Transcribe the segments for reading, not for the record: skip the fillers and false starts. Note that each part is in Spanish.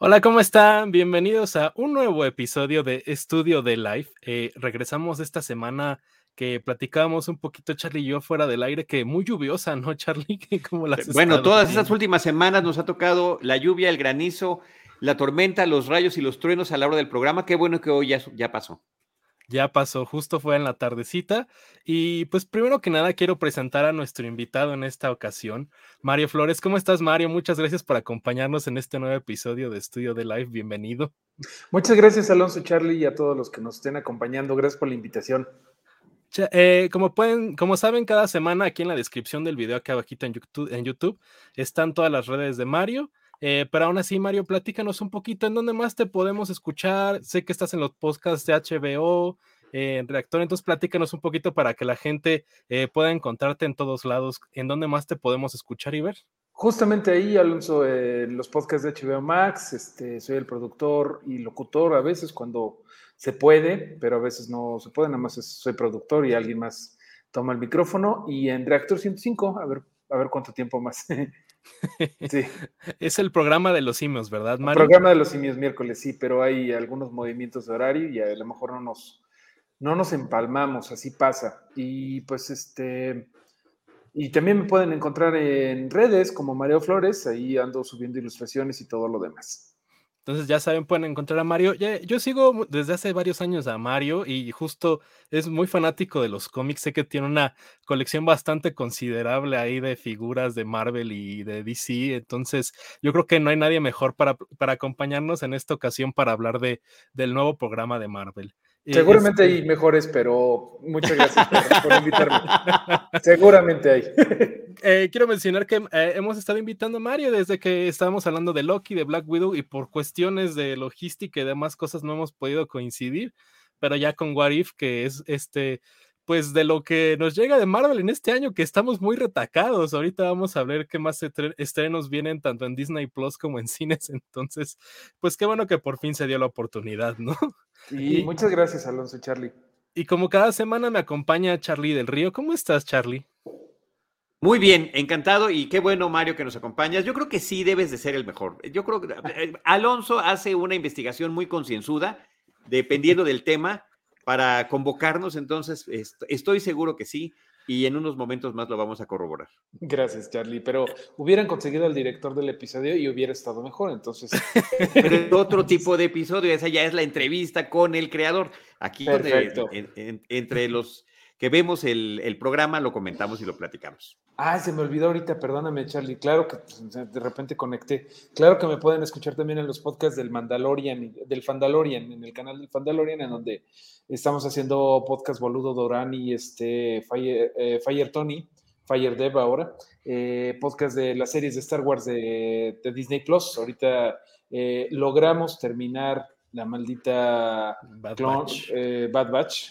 Hola, ¿cómo están? Bienvenidos a un nuevo episodio de Estudio de Life. Regresamos esta semana que platicábamos un poquito, Charlie y yo, fuera del aire, que muy lluviosa, ¿no, Charlie? ¿Cómo la has Bueno, estado todas estas viendo? últimas semanas nos ha tocado la lluvia, el granizo, la tormenta, los rayos y los truenos a la hora del programa. Qué bueno que hoy ya pasó. Ya pasó, justo fue en la tardecita. Y pues primero que nada quiero presentar a nuestro invitado en esta ocasión, Mario Flores. ¿Cómo estás, Mario? Muchas gracias por acompañarnos en este nuevo episodio de Estudio de Life. Bienvenido. Muchas gracias, Alonso, Charlie, y a todos los que nos estén acompañando. Gracias por la invitación. Como saben, cada semana aquí en la descripción del video que abajito en YouTube están todas las redes de Mario. Pero aún así, Mario, platícanos un poquito en dónde más te podemos escuchar. Sé que estás en los podcasts de HBO, en Reactor, entonces platícanos un poquito para que la gente pueda encontrarte en todos lados. ¿En dónde más te podemos escuchar y ver? Justamente ahí, Alonso, los podcasts de HBO Max, soy el productor y locutor a veces cuando se puede, pero a veces no se puede, nada más soy productor y alguien más toma el micrófono. Y en Reactor 105, a ver cuánto tiempo más. Sí, Es el programa de los simios, ¿verdad, el Mario? programa de los simios miércoles, sí, pero hay algunos movimientos de horario y a lo mejor no nos empalmamos, así pasa. Y pues y también me pueden encontrar en redes como Mario Flores, ahí ando subiendo ilustraciones y todo lo demás. Entonces ya saben, pueden encontrar a Mario. Yo sigo desde hace varios años a Mario y justo es muy fanático de los cómics. Sé que tiene una colección bastante considerable ahí de figuras de Marvel y de DC. Entonces yo creo que no hay nadie mejor para acompañarnos en esta ocasión para hablar del nuevo programa de Marvel. Seguramente hay mejores, pero muchas gracias por invitarme. Seguramente hay. Quiero mencionar que hemos estado invitando a Mario desde que estábamos hablando de Loki, de Black Widow, y por cuestiones de logística y demás cosas no hemos podido coincidir, pero ya con What If, que es pues de lo que nos llega de Marvel en este año, que estamos muy retacados. Ahorita vamos a ver qué más estrenos vienen tanto en Disney Plus como en cines, entonces, pues qué bueno que por fin se dio la oportunidad, ¿no? Sí, Y, muchas gracias, Alonso, Charlie. y como cada semana me acompaña Charlie del Río. ¿Cómo estás, Charlie? Muy bien, encantado y qué bueno, Mario, que nos acompañas. Yo creo que sí debes de ser el mejor. Yo creo que Alonso hace una investigación muy concienzuda, dependiendo del tema, para convocarnos, entonces estoy seguro que sí, y en unos momentos más lo vamos a corroborar. Gracias, Charlie, pero hubieran conseguido al director del episodio y hubiera estado mejor, entonces. Pero es otro tipo de episodio, esa ya es la entrevista con el creador. Aquí Perfecto. entre los que vemos el programa lo comentamos y lo platicamos. Ah, se me olvidó ahorita, perdóname, Charlie. Claro que pues, de repente conecté. Claro que me pueden escuchar también en los podcasts del Mandalorian, del Fandalorian, en el canal del Fandalorian, en donde estamos haciendo podcast Boludo Dorán y Fire Tony, Fire Dev ahora, podcast de las series de Star Wars de Disney Plus. Ahorita logramos terminar la maldita Bad Batch. Bad Batch.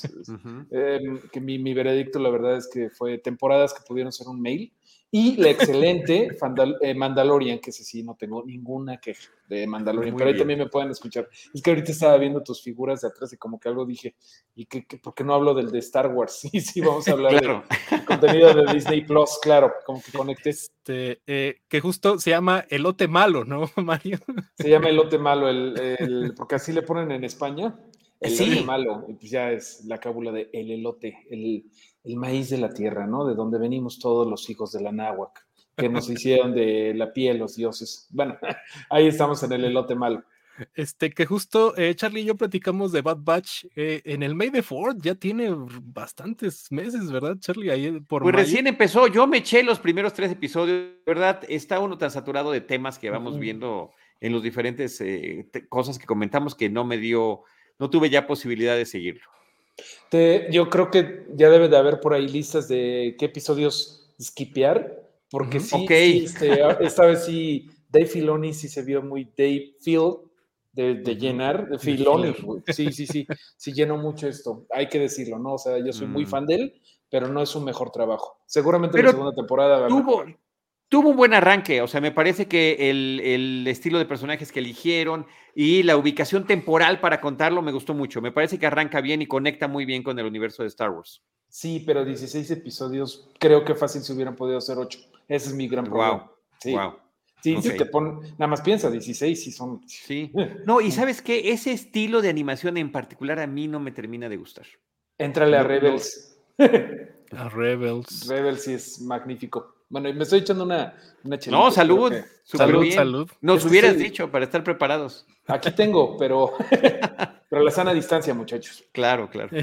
Que mi veredicto, la verdad, es que fue temporadas que pudieron ser un mail. Y la excelente Mandalorian, que ese sí, no tengo ninguna queja de Mandalorian, Muy pero ahí bien. también me pueden escuchar. Es que ahorita estaba viendo tus figuras de atrás y como que algo dije, ¿y por qué no hablo del de Star Wars? Sí, sí, vamos a hablar Claro. de contenido de Disney Plus, claro, como que conecté. Que justo se llama Elote Malo, ¿no, Mario? Se llama elote malo, porque así le ponen en España, el elote Sí, malo, y pues ya es la cábula de el elote, el maíz de la tierra, ¿no? De donde venimos todos los hijos de la náhuac, que nos hicieron de la piel los dioses. Bueno, ahí estamos en el elote malo. Que justo Charlie y yo platicamos de Bad Batch en el May the 4th, ya tiene bastantes meses, ¿verdad, Charlie? Ahí por pues mayo. recién empezó. Yo me eché los primeros 3 episodios, ¿verdad? Está uno tan saturado de temas que vamos viendo en los diferentes cosas que comentamos que no tuve ya posibilidad de seguirlo. Yo creo que ya debe de haber por ahí listas de qué episodios skipear, porque sí, Ok. sí, esta vez sí, Dave Filoni sí se vio muy Dave Phil de llenar, de De Filoni, filler. sí, sí llenó mucho esto, hay que decirlo, ¿no? O sea, yo soy muy fan de él, pero no es su mejor trabajo. Seguramente la Pero segunda temporada va a tuvo, mejorar. tuvo un buen arranque, o sea, me parece que el estilo de personajes que eligieron y la ubicación temporal para contarlo me gustó mucho. Me parece que arranca bien y conecta muy bien con el universo de Star Wars. Sí, pero 16 episodios, creo que fácil se hubieran podido hacer 8. Ese es mi gran problema. Wow, Sí. wow. Sí, Ok. sí, nada más piensa, 16 sí son. Sí. No, y ¿sabes qué? Ese estilo de animación en particular a mí no me termina de gustar. Éntrale a No, no. Rebels. A Rebels. Rebels sí es magnífico. Bueno, y me estoy echando una No, chelita, espero salud, que. súper Salud. Salud, bien. salud. Nos Es que hubieras estoy. dicho para estar preparados. Aquí tengo, pero. Pero la sana distancia, muchachos. Claro, claro.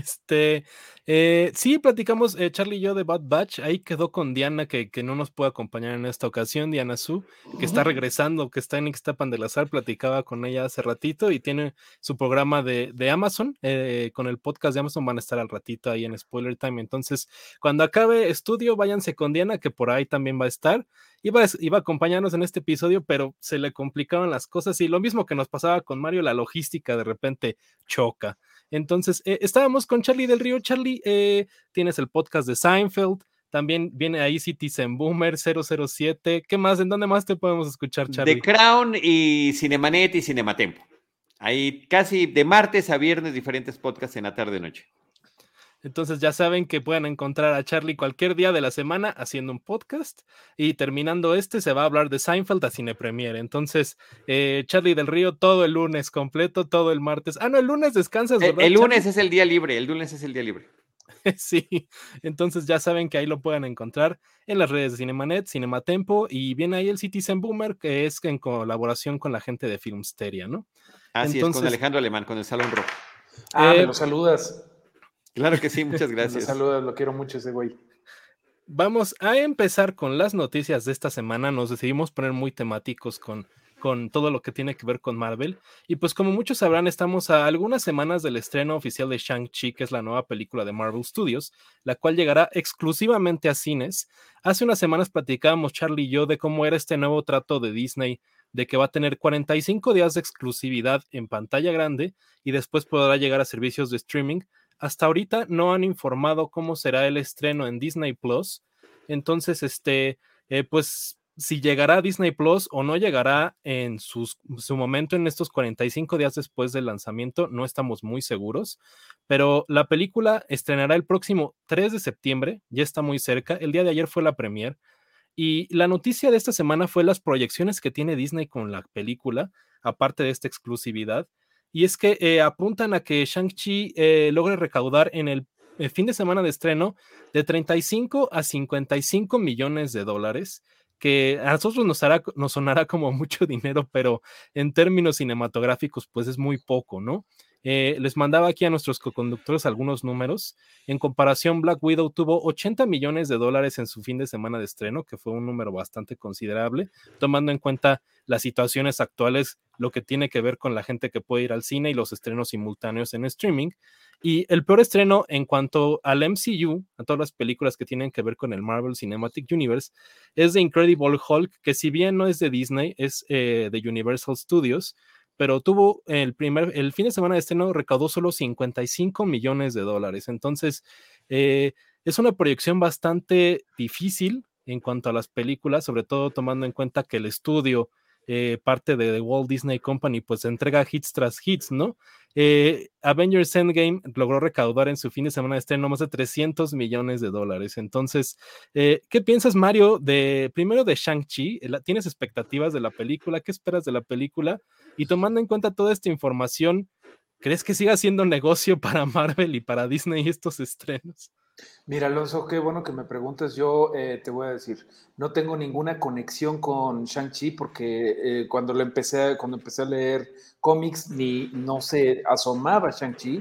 Sí, platicamos, Charlie y yo, de Bad Batch. Ahí quedó con Diana, que no nos puede acompañar en esta ocasión, Diana Su, que está regresando, que está en Ixtapan de la Sal. Platicaba con ella hace ratito y tiene su programa de Amazon, con el podcast de Amazon. Van a estar al ratito ahí en Spoiler Time. Entonces, cuando acabe estudio, váyanse con Diana, que por ahí también va a estar. Iba a acompañarnos en este episodio, pero se le complicaban las cosas, y lo mismo que nos pasaba con Mario, la logística de repente choca. Entonces, estábamos con Charlie del Río. Charlie, tienes el podcast de Seinfeld, también viene ahí Citizen Boomer 007. ¿Qué más? ¿En dónde más te podemos escuchar, The Charlie? Crown y Cinemanet y Cinematempo. Ahí casi de martes a viernes diferentes podcasts en la tarde-noche. Entonces ya saben que pueden encontrar a Charlie cualquier día de la semana haciendo un podcast, y terminando se va a hablar de Seinfeld a Cine Premiere. Entonces, Charlie del Río todo el lunes completo, todo el martes. Ah, no, el lunes descansas, ¿verdad, El lunes Charlie? es el día libre, el lunes es el día libre. Sí, entonces ya saben que ahí lo pueden encontrar en las redes de Cinemanet, Cinematempo, y viene ahí el Citizen Boomer, que es en colaboración con la gente de Filmsteria, ¿no? Así es, con Entonces, Alejandro Alemán, con el Salón Rojo. Me eh, lo saludas. Claro que sí, muchas Me lo gracias. saludas, lo quiero mucho ese güey. vamos a empezar con las noticias de esta semana. Nos decidimos poner muy temáticos con todo lo que tiene que ver con Marvel. Y pues, como muchos sabrán, estamos a algunas semanas del estreno oficial de Shang-Chi, que es la nueva película de Marvel Studios, la cual llegará exclusivamente a cines. Hace unas semanas platicábamos, Charlie y yo, de cómo era este nuevo trato de Disney, de que va a tener 45 días de exclusividad en pantalla grande y después podrá llegar a servicios de streaming. Hasta ahorita no han informado cómo será el estreno en Disney Plus. Entonces, pues, si llegará a Disney Plus o no llegará en su momento, en estos 45 días después del lanzamiento, no estamos muy seguros. Pero la película estrenará el próximo 3 de septiembre, ya está muy cerca. El día de ayer fue la premiere. Y la noticia de esta semana fue las proyecciones que tiene Disney con la película, aparte de esta exclusividad. Y es que apuntan a que Shang-Chi logre recaudar en el fin de semana de estreno de 35 a 55 millones de dólares, que a nosotros nos sonará como mucho dinero, pero en términos cinematográficos, pues es muy poco, ¿no? Les mandaba aquí a nuestros coconductores algunos números. En comparación, Black Widow tuvo 80 millones de dólares en su fin de semana de estreno, que fue un número bastante considerable, tomando en cuenta las situaciones actuales, lo que tiene que ver con la gente que puede ir al cine y los estrenos simultáneos en streaming. Y el peor estreno en cuanto al MCU, a todas las películas que tienen que ver con el Marvel Cinematic Universe, es The Incredible Hulk, que si bien no es de Disney, es de Universal Studios, pero tuvo el fin de semana de estreno, recaudó solo 55 millones de dólares. Entonces, es una proyección bastante difícil en cuanto a las películas, sobre todo tomando en cuenta que el estudio, parte de The Walt Disney Company, pues entrega hits tras hits, ¿no? Avengers Endgame logró recaudar en su fin de semana de estreno más de 300 millones de dólares. Entonces, ¿qué piensas, Mario, primero de Shang-Chi? ¿Tienes expectativas de la película? ¿Qué esperas de la película? Y tomando en cuenta toda esta información, ¿crees que siga siendo negocio para Marvel y para Disney estos estrenos? Mira, Alonso, qué bueno que me preguntas. Yo te voy a decir, no tengo ninguna conexión con Shang-Chi porque cuando empecé a leer cómics, no se asomaba Shang-Chi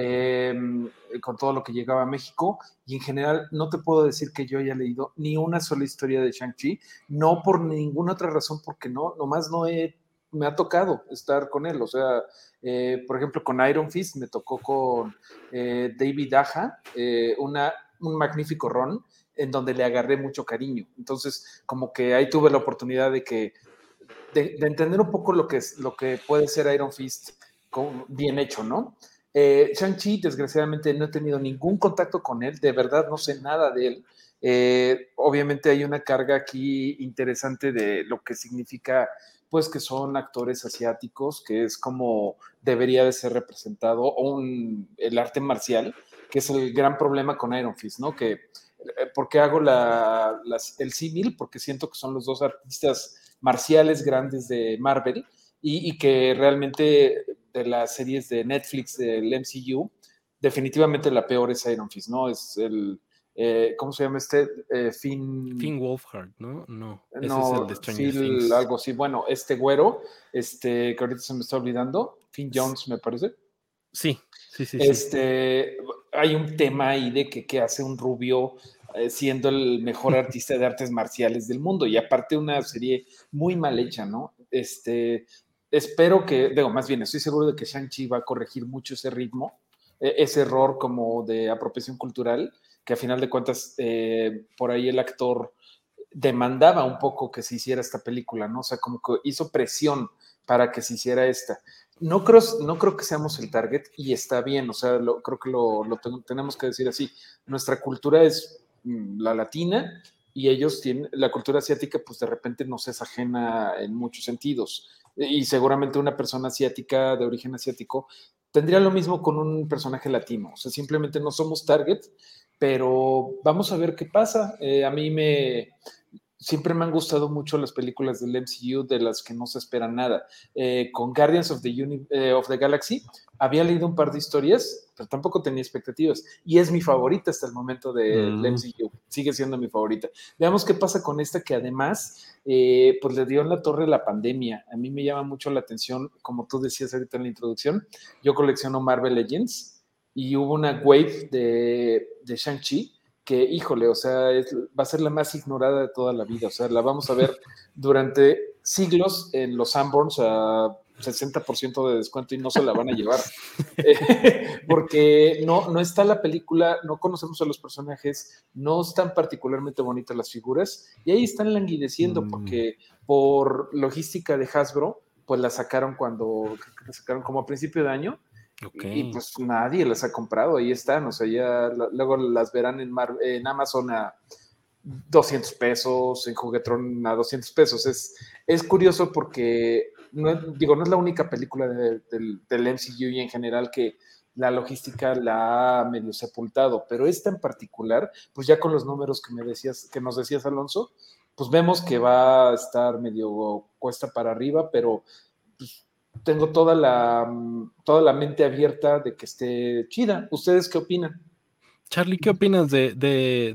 con todo lo que llegaba a México. Y en general, no te puedo decir que yo haya leído ni una sola historia de Shang-Chi, no por ninguna otra razón, porque nomás me ha tocado estar con él. O sea, por ejemplo, con Iron Fist me tocó con David Aja, un magnífico ron en donde le agarré mucho cariño. Entonces, como que ahí tuve la oportunidad de entender un poco lo que puede ser Iron Fist bien hecho, ¿no? Shang-Chi, desgraciadamente, no he tenido ningún contacto con él, de verdad no sé nada de él. Obviamente hay una carga aquí interesante de lo que significa, pues, que son actores asiáticos, que es como debería de ser representado, o el arte marcial, que es el gran problema con Iron Fist, ¿no? ¿Por qué hago el símil? Porque siento que son los dos artistas marciales grandes de Marvel y que realmente de las series de Netflix del MCU, definitivamente la peor es Iron Fist, ¿no? Es el, ¿cómo se llama este? Finn Wolfhard, ¿no? No, ese es el No, de Stranger Phil, Things. algo así. Bueno, este güero, que ahorita se me está olvidando, Finn Jones, me parece. Sí. Hay un tema ahí de que hace un rubio siendo el mejor artista de artes marciales del mundo y aparte una serie muy mal hecha, ¿no? Espero que, digo, más bien estoy seguro de que Shang-Chi va a corregir mucho ese ritmo, ese error como de apropiación cultural, que a final de cuentas por ahí el actor demandaba un poco que se hiciera esta película, ¿no? O sea, como que hizo presión para que se hiciera esta. No creo que seamos el target y está bien, o sea, creo que tenemos que decir así. Nuestra cultura es la latina y ellos tienen, la cultura asiática pues de repente nos es ajena en muchos sentidos. Y seguramente una persona asiática de origen asiático tendría lo mismo con un personaje latino, o sea, simplemente no somos target, pero vamos a ver qué pasa. A mí siempre me han gustado mucho las películas del MCU de las que no se espera nada. Con Guardians of the Galaxy había leído un par de historias, pero tampoco tenía expectativas. Y es mi favorita hasta el momento del MCU. Sigue siendo mi favorita. Veamos qué pasa con esta que además pues le dio en la torre la pandemia. A mí me llama mucho la atención, como tú decías ahorita en la introducción, yo colecciono Marvel Legends y hubo una wave de Shang-Chi que, híjole, o sea, va a ser la más ignorada de toda la vida, o sea, la vamos a ver durante siglos en los Sanborns a 60% de descuento y no se la van a llevar, porque no está la película, no conocemos a los personajes, no están particularmente bonitas las figuras, y ahí están languideciendo, porque por logística de Hasbro, pues la sacaron como a principio de año, Okay. Y pues nadie las ha comprado, ahí están, o sea, ya luego las verán en Amazon a 200 pesos, en Juguetron a 200 pesos. Es curioso porque, no es la única película del MCU y en general que la logística la ha medio sepultado, pero esta en particular, pues ya con los números que nos decías, Alonso, pues vemos que va a estar medio cuesta para arriba, pero pues, tengo toda la mente abierta de que esté chida. ¿Ustedes qué opinan? Charlie, ¿qué opinas de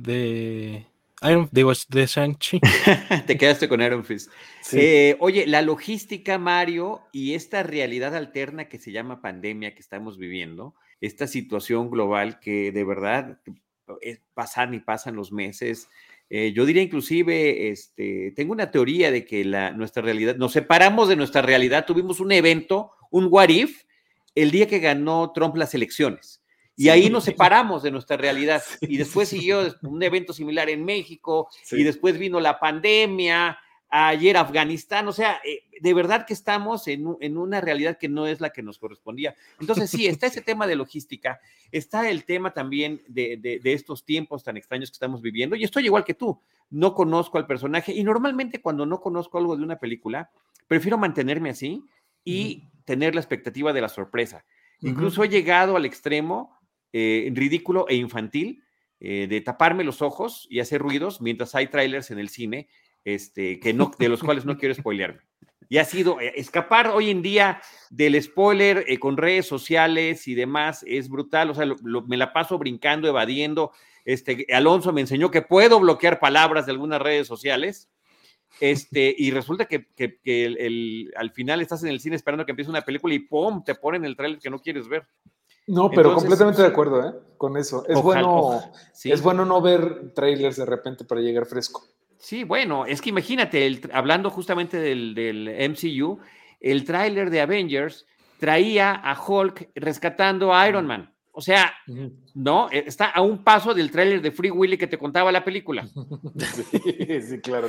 Shang-Chi? Te quedaste con Iron Fist. Sí. Oye, la logística, Mario, y esta realidad alterna que se llama pandemia que estamos viviendo, esta situación global que de verdad pasan y pasan los meses. Yo diría inclusive, tengo una teoría de que nuestra realidad, nos separamos de nuestra realidad, tuvimos un evento, un what if, el día que ganó Trump las elecciones. Y ahí nos separamos de nuestra realidad. Y después siguió un evento similar en México, y después vino la pandemia, ayer Afganistán, o sea, de verdad que estamos en una realidad que no es la que nos correspondía. Entonces sí, está ese tema de logística, está el tema también de estos tiempos tan extraños que estamos viviendo, y estoy igual que tú, no conozco al personaje, y normalmente cuando no conozco algo de una película, prefiero mantenerme así y tener la expectativa de la sorpresa. Incluso he llegado al extremo ridículo e infantil de taparme los ojos y hacer ruidos mientras hay trailers en el cine de los cuales no quiero spoilearme. Y ha sido escapar hoy en día del spoiler con redes sociales y demás es brutal, o sea, me la paso brincando, evadiendo. Alonso me enseñó que puedo bloquear palabras de algunas redes sociales, y resulta que al final estás en el cine esperando que empiece una película y ¡pum! Te ponen el trailer que no quieres ver. No, pero entonces, completamente de acuerdo, con eso. Es bueno no ver trailers de repente para llegar fresco. Sí, bueno, es que imagínate, hablando justamente del MCU, el tráiler de Avengers traía a Hulk rescatando a Iron Man. O sea, ¿no? Está a un paso del tráiler de Free Willy que te contaba la película. Sí, claro.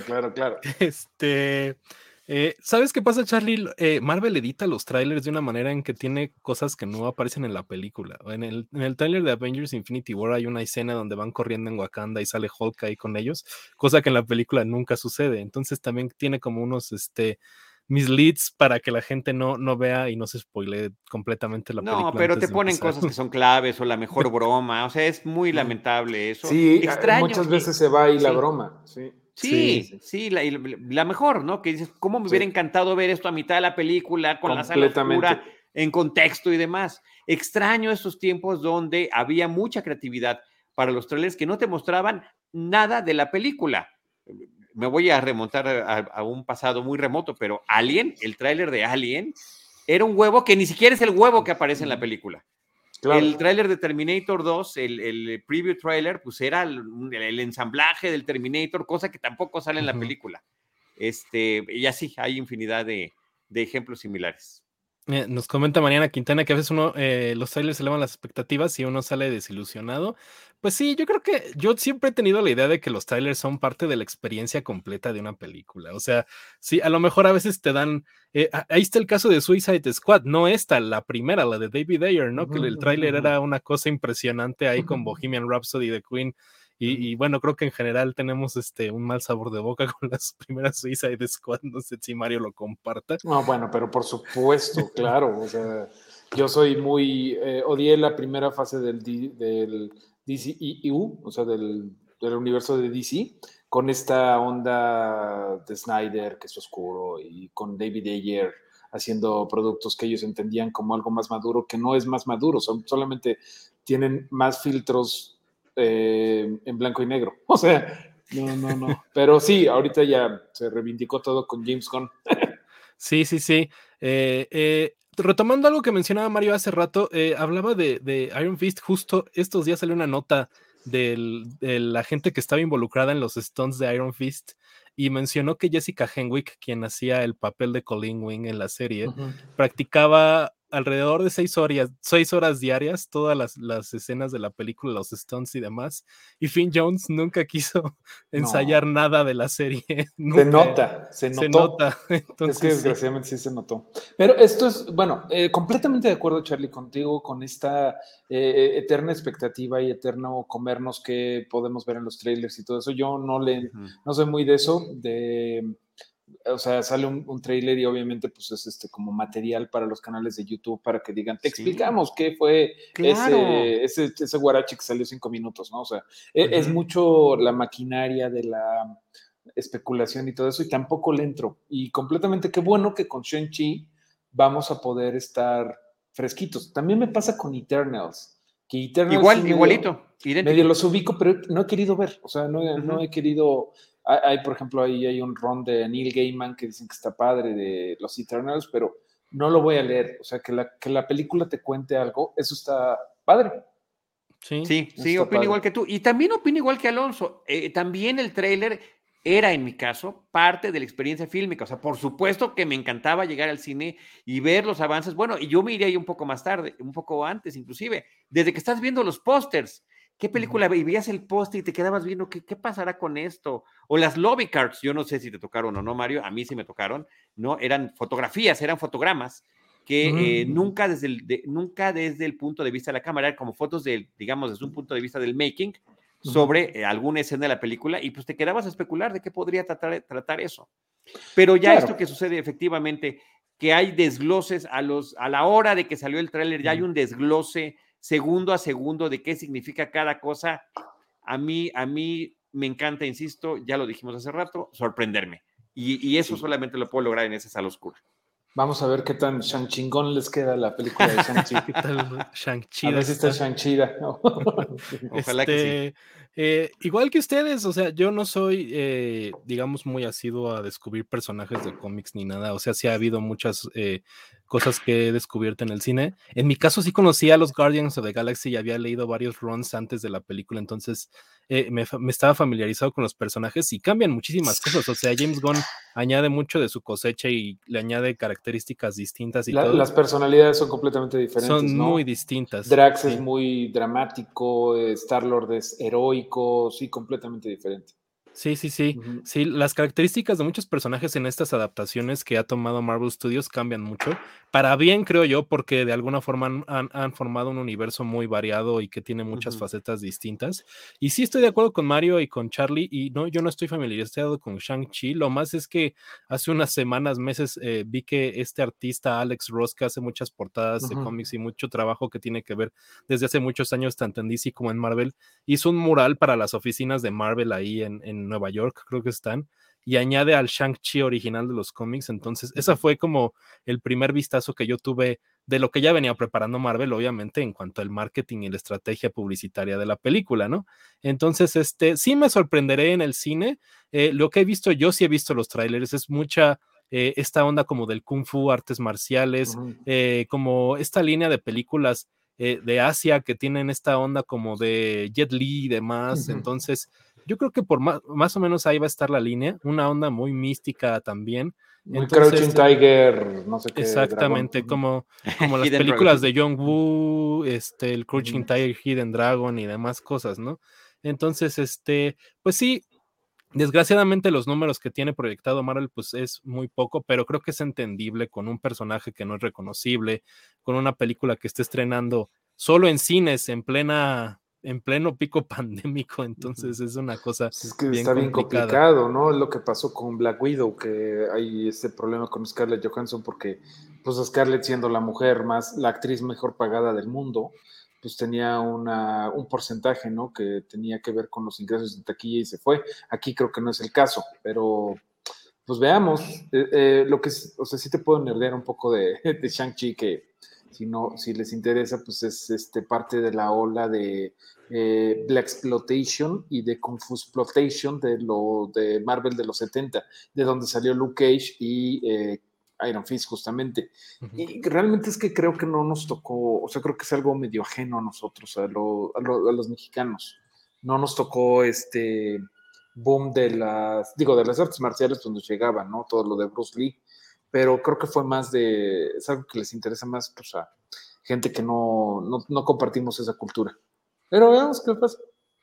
¿Sabes qué pasa, Charlie? Marvel edita los trailers de una manera en que tiene cosas que no aparecen en la película. En el tráiler de Avengers Infinity War hay una escena donde van corriendo en Wakanda y sale Hulk ahí con ellos, cosa que en la película nunca sucede. Entonces también tiene como unos misleads para que la gente no vea y no se spoilee completamente la película. No, pero te ponen cosas que son claves o la mejor broma. O sea, es muy lamentable eso. Sí, extraño. Muchas veces se va ahí la broma. Sí. Sí, la mejor, ¿no? Que dices, ¿cómo me hubiera encantado ver esto a mitad de la película, con la sala oscura, en contexto y demás? Extraño esos tiempos donde había mucha creatividad para los trailers que no te mostraban nada de la película. Me voy a remontar a un pasado muy remoto, pero Alien, el tráiler de Alien, era un huevo que ni siquiera es el huevo que aparece en la película. Claro. El tráiler de Terminator 2, el preview trailer, pues era el ensamblaje del Terminator, cosa que tampoco sale en la película. Y así, hay infinidad de ejemplos similares. Nos comenta Mariana Quintana que a veces los trailers elevan las expectativas y uno sale desilusionado. Pues sí, yo creo que yo siempre he tenido la idea de que los trailers son parte de la experiencia completa de una película. O sea, sí, a lo mejor a veces te dan. Ahí está el caso de Suicide Squad, no esta, la primera, la de David Ayer, ¿no? Que el tráiler era una cosa impresionante ahí con Bohemian Rhapsody de Queen. Y bueno, creo que en general tenemos un mal sabor de boca con las primeras Suicide Squad. No sé si Mario lo comparta. No, bueno, pero por supuesto, claro. O sea, yo soy muy. Odié la primera fase del DCEU, o sea, del universo de DC, con esta onda de Snyder, que es oscuro, y con David Ayer haciendo productos que ellos entendían como algo más maduro, que no es más maduro, solamente tienen más filtros en blanco y negro. O sea, no. Pero sí, ahorita ya se reivindicó todo con James Gunn. Sí. Retomando algo que mencionaba Mario hace rato, hablaba de Iron Fist. Justo estos días salió una nota de la gente que estaba involucrada en los stunts de Iron Fist y mencionó que Jessica Henwick, quien hacía el papel de Colleen Wing en la serie, practicaba alrededor de 6 horas diarias todas las escenas de la película, los stunts y demás, y Finn Jones nunca quiso ensayar nada de la serie. Se nota. Entonces, es que desgraciadamente sí se notó. Pero esto es, bueno, completamente de acuerdo, Charlie, contigo con esta eterna expectativa y eterno comernos que podemos ver en los trailers y todo eso. Yo no soy muy de eso, o sea, sale un trailer y obviamente pues es como material para los canales de YouTube para que digan, te explicamos qué fue ese guarache que salió 5 minutos, ¿no? O sea, es mucho la maquinaria de la especulación y todo eso, y tampoco le entro. Y completamente, qué bueno que con Shang-Chi vamos a poder estar fresquitos. También me pasa con Eternals, que Eternals igualito, medio los ubico, pero no he querido ver, o sea, no he querido. Hay, por ejemplo, ahí hay un run de Neil Gaiman que dicen que está padre de los Eternals, pero no lo voy a leer. O sea, que la película te cuente algo, eso está padre. Sí, opino igual que tú. Y también opino igual que Alonso. También el tráiler era, en mi caso, parte de la experiencia fílmica. O sea, por supuesto que me encantaba llegar al cine y ver los avances. Bueno, y yo me iría ahí un poco más tarde, un poco antes inclusive, desde que estás viendo los pósters. ¿Qué película? Y veías el póster y te quedabas viendo ¿qué pasará con esto? O las lobby cards, yo no sé si te tocaron o no, Mario, a mí sí me tocaron, ¿no? Eran fotografías, eran fotogramas que nunca desde el punto de vista de la cámara, eran como fotos digamos, desde un punto de vista del making, sobre alguna escena de la película, y pues te quedabas a especular de qué podría tratar eso. Pero ya esto que sucede efectivamente, que hay desgloses a la hora de que salió el tráiler, ya hay un desglose segundo a segundo de qué significa cada cosa. A mí me encanta, insisto, ya lo dijimos hace rato, sorprenderme. Y eso solamente lo puedo lograr en esa sala oscura. Vamos a ver qué tan Shang-Chingón les queda la película de Shang-Chi. ¿Qué tal Shang-Chi? A ver si está Shang-Chi. ¿No? Ojalá que sí. Igual que ustedes, o sea, yo no soy, digamos, muy asiduo a descubrir personajes de cómics ni nada. O sea, sí ha habido muchas cosas que he descubierto en el cine. En mi caso sí conocía a los Guardians of the Galaxy y había leído varios runs antes de la película, entonces me estaba familiarizado con los personajes y cambian muchísimas cosas. O sea, James Gunn añade mucho de su cosecha y le añade características distintas y todo. Las personalidades son completamente diferentes, son muy distintas. Drax es muy dramático, Star-Lord es heroico, sí, completamente diferente. Sí. Sí, las características de muchos personajes en estas adaptaciones que ha tomado Marvel Studios cambian mucho. Para bien, creo yo, porque de alguna forma han formado un universo muy variado y que tiene muchas facetas distintas. Y sí estoy de acuerdo con Mario y con Charlie, y no, yo no estoy familiarizado con Shang-Chi. Lo más es que hace unas semanas, meses, vi que este artista Alex Ross, que hace muchas portadas de cómics y mucho trabajo que tiene que ver desde hace muchos años, tanto en DC como en Marvel, hizo un mural para las oficinas de Marvel ahí en en Nueva York, creo que están, y añade al Shang-Chi original de los cómics. Entonces, esa fue como el primer vistazo que yo tuve de lo que ya venía preparando Marvel, obviamente, en cuanto al marketing y la estrategia publicitaria de la película, ¿no? Entonces, sí me sorprenderé en el cine. Lo que he visto, yo sí he visto los trailers, es mucha esta onda como del Kung Fu, artes marciales, como esta línea de películas de Asia que tienen esta onda como de Jet Li y demás. Entonces, yo creo que por más o menos ahí va a estar la línea, una onda muy mística también. Muy Entonces, Crouching Tiger, no sé qué. exactamente, dragón. como las Hidden películas Dragon. de John Woo, el Crouching Tiger, Hidden Dragon y demás cosas, ¿no? Entonces, pues sí, desgraciadamente los números que tiene proyectado Marvel pues es muy poco, pero creo que es entendible con un personaje que no es reconocible, con una película que esté estrenando solo en cines en pleno pico pandémico. Entonces es una cosa Pues es que bien está bien complicada. complicado, ¿no? Lo que pasó con Black Widow, que hay este problema con Scarlett Johansson, porque pues Scarlett, siendo la actriz mejor pagada del mundo, pues tenía un porcentaje, ¿no? Que tenía que ver con los ingresos de taquilla y se fue. Aquí creo que no es el caso, pero pues veamos. Lo que, o sea, sí te puedo nerdear un poco de Shang-Chi, que si les interesa, pues es parte de la ola de Black Exploitation y de Kung Fu Exploitation de Marvel de los 70, de donde salió Luke Cage y Iron Fist, justamente. Y realmente es que creo que no nos tocó, o sea, creo que es algo medio ajeno a nosotros, a los mexicanos. No nos tocó este boom de las artes marciales cuando llegaban, ¿no? Todo lo de Bruce Lee, pero creo que es algo que les interesa más, pues, a gente que no compartimos esa cultura. Pero veamos qué pasa.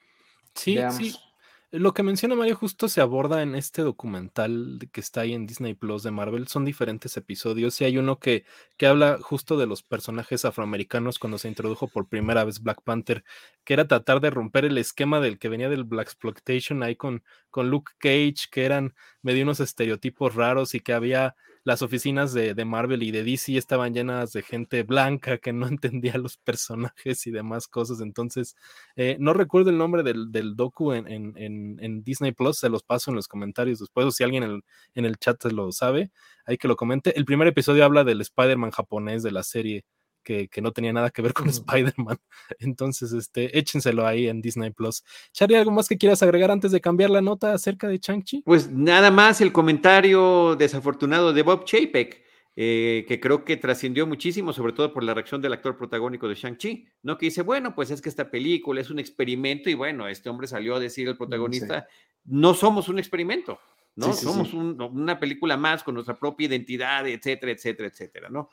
Sí, sí. Veamos. Lo que menciona Mario justo se aborda en este documental que está ahí en Disney Plus de Marvel. Son diferentes episodios y hay uno que habla justo de los personajes afroamericanos cuando se introdujo por primera vez Black Panther, que era tratar de romper el esquema del que venía del Black Exploitation ahí con Luke Cage, que eran medio unos estereotipos raros y que había las oficinas de Marvel y de DC estaban llenas de gente blanca que no entendía los personajes y demás cosas. Entonces, no recuerdo el nombre del docu en Disney Plus, se los paso en los comentarios después, o si alguien en el chat se lo sabe, hay que lo comente. El primer episodio habla del Spider-Man japonés de la serie, que no tenía nada que ver con Spider-Man. Entonces, échenselo ahí en Disney Plus. Charlie, ¿algo más que quieras agregar antes de cambiar la nota acerca de Shang-Chi? Pues nada más el comentario desafortunado de Bob Chapek, que creo que trascendió muchísimo, sobre todo por la reacción del actor protagónico de Shang-Chi, ¿no? Que dice, bueno, pues es que esta película es un experimento y bueno, este hombre salió a decir al protagonista, no somos un experimento, ¿no? Somos una película más con nuestra propia identidad, etcétera, etcétera, etcétera, ¿no?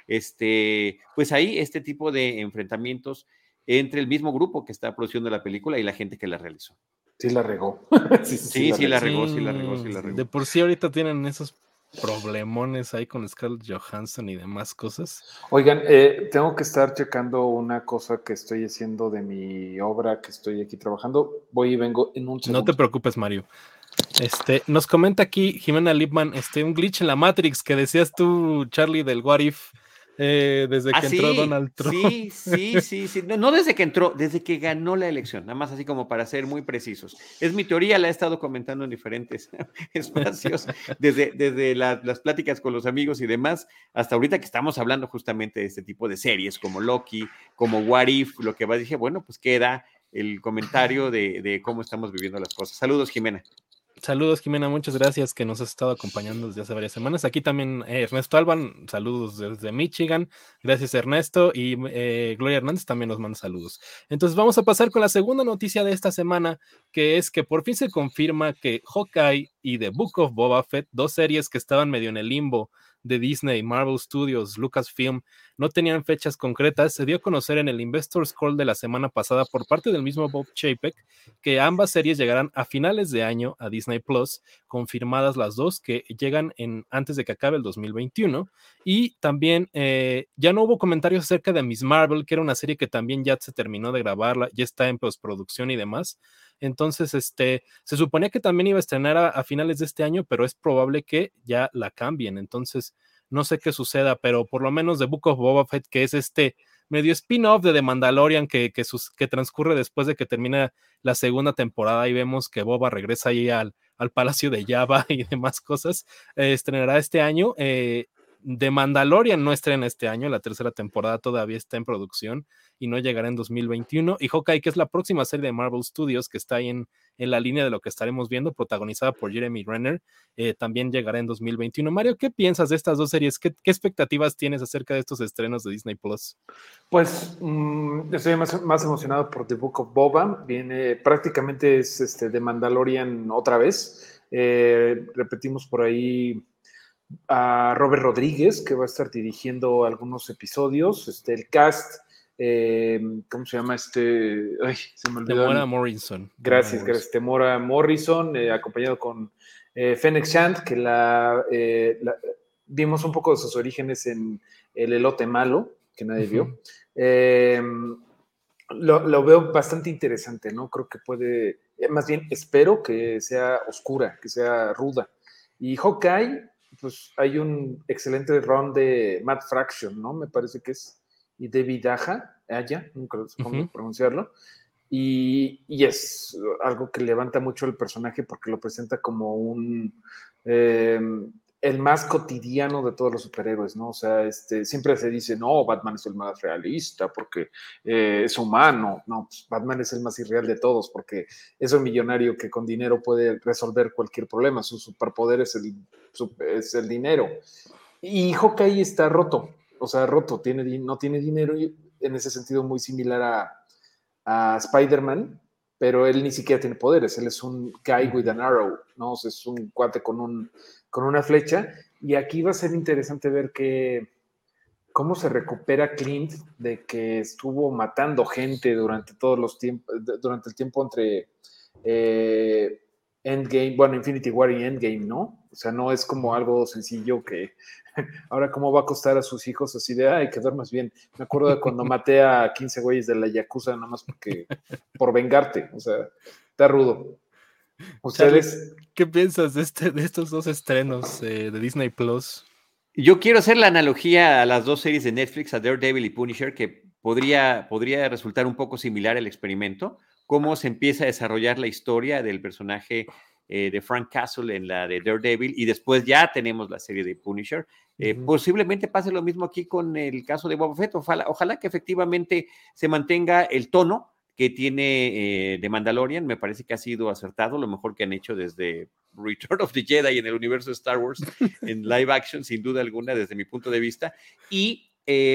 Pues ahí este tipo de enfrentamientos entre el mismo grupo que está produciendo la película y la gente que la realizó. Sí la regó. Sí, la regó. De por sí ahorita tienen esos problemones ahí con Scarlett Johansson y demás cosas. Oigan, tengo que estar checando una cosa que estoy haciendo de mi obra, que estoy aquí trabajando. Voy y vengo en un segundo. No te preocupes, Mario. Nos comenta aquí Jimena Lipman, un glitch en la Matrix que decías tú, Charlie, del What If, desde que entró Donald Trump. Sí. No desde que entró, desde que ganó la elección, nada más así como para ser muy precisos. Es mi teoría, la he estado comentando en diferentes espacios, desde las pláticas con los amigos y demás, hasta ahorita que estamos hablando justamente de este tipo de series, como Loki, como What If, lo que va, dije, bueno, pues queda el comentario de cómo estamos viviendo las cosas. Saludos, Jimena. Saludos, Jimena, muchas gracias que nos has estado acompañando desde hace varias semanas. Aquí también Ernesto Alban, saludos desde Michigan. Gracias, Ernesto. Y Gloria Hernández también nos manda saludos. Entonces vamos a pasar con la segunda noticia de esta semana, que es que por fin se confirma que Hawkeye y The Book of Boba Fett, dos series que estaban medio en el limbo de Disney, Marvel Studios, Lucasfilm, no tenían fechas concretas. Se dio a conocer en el Investors Call de la semana pasada por parte del mismo Bob Chapek que ambas series llegarán a finales de año a Disney Plus, confirmadas las dos, que llegan antes de que acabe el 2021. Y también ya no hubo comentarios acerca de Miss Marvel, que era una serie que también ya se terminó de grabarla, ya está en postproducción y demás. Entonces, se suponía que también iba a estrenar a finales de este año, pero es probable que ya la cambien. Entonces, no sé qué suceda, pero por lo menos The Book of Boba Fett, que es medio spin-off de The Mandalorian que transcurre después de que termina la segunda temporada y vemos que Boba regresa ahí al Palacio de Jabba y demás cosas. Estrenará este año. The Mandalorian no estrena este año, la tercera temporada todavía está en producción y no llegará en 2021. Y Hawkeye, que es la próxima serie de Marvel Studios, que está ahí en la línea de lo que estaremos viendo, protagonizada por Jeremy Renner, también llegará en 2021. Mario, ¿qué piensas de estas dos series? ¿Qué expectativas tienes acerca de estos estrenos de Disney Plus? Pues estoy más emocionado por The Book of Boba. Viene, prácticamente es The Mandalorian otra vez. Repetimos por ahí a Robert Rodríguez, que va a estar dirigiendo algunos episodios. El cast, ¿cómo se llama? Ay, se me olvidó. Temuera Morrison. Gracias. Temuera Morrison, acompañado con Fennec Shand, que vimos un poco de sus orígenes en El elote malo, que nadie vio. Lo veo bastante interesante, ¿no? Creo que puede, más bien espero que sea oscura, que sea ruda. Y Hawkeye, pues hay un excelente run de Matt Fraction, ¿no? Me parece que es, y David Aja, nunca sé cómo pronunciarlo. Y es algo que levanta mucho el personaje porque lo presenta como el más cotidiano de todos los superhéroes, ¿no? O sea, siempre se dice, no, Batman es el más realista porque es humano. No, pues Batman es el más irreal de todos porque es un millonario que con dinero puede resolver cualquier problema. Su superpoder es el dinero. Y Hawkeye está roto, o sea, roto, no tiene dinero y en ese sentido muy similar a Spider-Man, pero él ni siquiera tiene poderes, él es un guy with an arrow, ¿no? O sea, es un cuate con una flecha, y aquí va a ser interesante ver cómo se recupera Clint de que estuvo matando gente durante el tiempo entre Endgame, bueno, Infinity War y Endgame, ¿no? O sea, no es como algo sencillo que ahora cómo va a costar a sus hijos así de, ay, que duermas bien. Me acuerdo de cuando maté a 15 güeyes de la Yakuza nada más por vengarte, o sea, está rudo. Ustedes... Charlie, ¿qué piensas de estos dos estrenos de Disney Plus? Yo quiero hacer la analogía a las dos series de Netflix, a Daredevil y Punisher, que podría resultar un poco similar el experimento, cómo se empieza a desarrollar la historia del personaje de Frank Castle en la de Daredevil y después ya tenemos la serie de Punisher. Posiblemente pase lo mismo aquí con el caso de Boba Fett. Ojalá que efectivamente se mantenga el tono que tiene de Mandalorian. Me parece que ha sido acertado, lo mejor que han hecho desde Return of the Jedi en el universo de Star Wars en live action, sin duda alguna, desde mi punto de vista. Y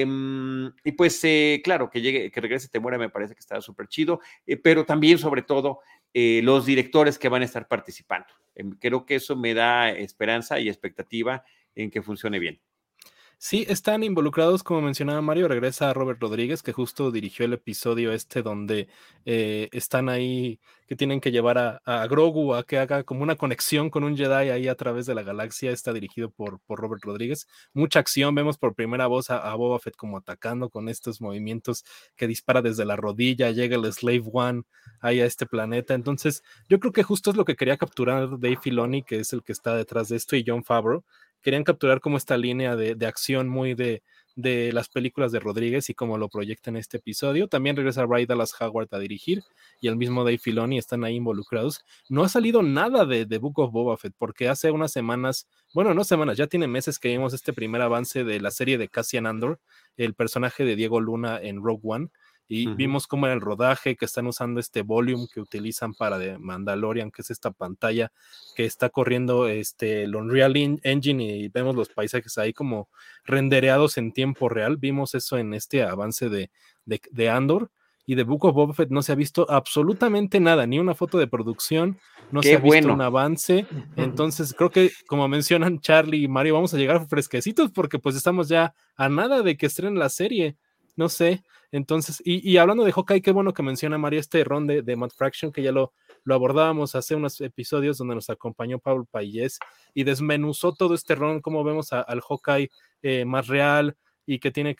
pues, claro, que regrese Temuera me parece que está súper chido, pero también, sobre todo, los directores que van a estar participando. Creo que eso me da esperanza y expectativa en que funcione bien. Sí, están involucrados, como mencionaba Mario, regresa Robert Rodríguez, que justo dirigió el episodio donde están ahí, que tienen que llevar a Grogu a que haga como una conexión con un Jedi ahí a través de la galaxia. Está dirigido por Robert Rodríguez. Mucha acción, vemos por primera vez a Boba Fett como atacando con estos movimientos que dispara desde la rodilla, llega el Slave One ahí a este planeta. Entonces, yo creo que justo es lo que quería capturar Dave Filoni, que es el que está detrás de esto, y Jon Favreau. Querían capturar como esta línea de acción muy de las películas de Rodríguez y cómo lo proyecta en este episodio. También regresa Ray Dallas Howard a dirigir y el mismo Dave Filoni están ahí involucrados. No ha salido nada de Book of Boba Fett porque hace unas semanas, bueno, no semanas, ya tiene meses que vimos este primer avance de la serie de Cassian Andor, el personaje de Diego Luna en Rogue One. Y vimos cómo era el rodaje, que están usando este volume que utilizan para The Mandalorian, que es esta pantalla que está corriendo el Unreal Engine y vemos los paisajes ahí como rendereados en tiempo real. Vimos eso en este avance de Andor, y de Book of Boba Fett no se ha visto absolutamente nada, ni una foto de producción, no se ha visto un avance. Entonces creo que, como mencionan Charlie y Mario, vamos a llegar fresquecitos porque pues estamos ya a nada de que estrenen la serie. No sé, entonces, y hablando de Hawkeye, qué bueno que menciona Mario este ron de Matt Fraction, que ya lo abordábamos hace unos episodios donde nos acompañó Pablo Payés y desmenuzó todo este ron, cómo vemos al Hawkeye más real y que tiene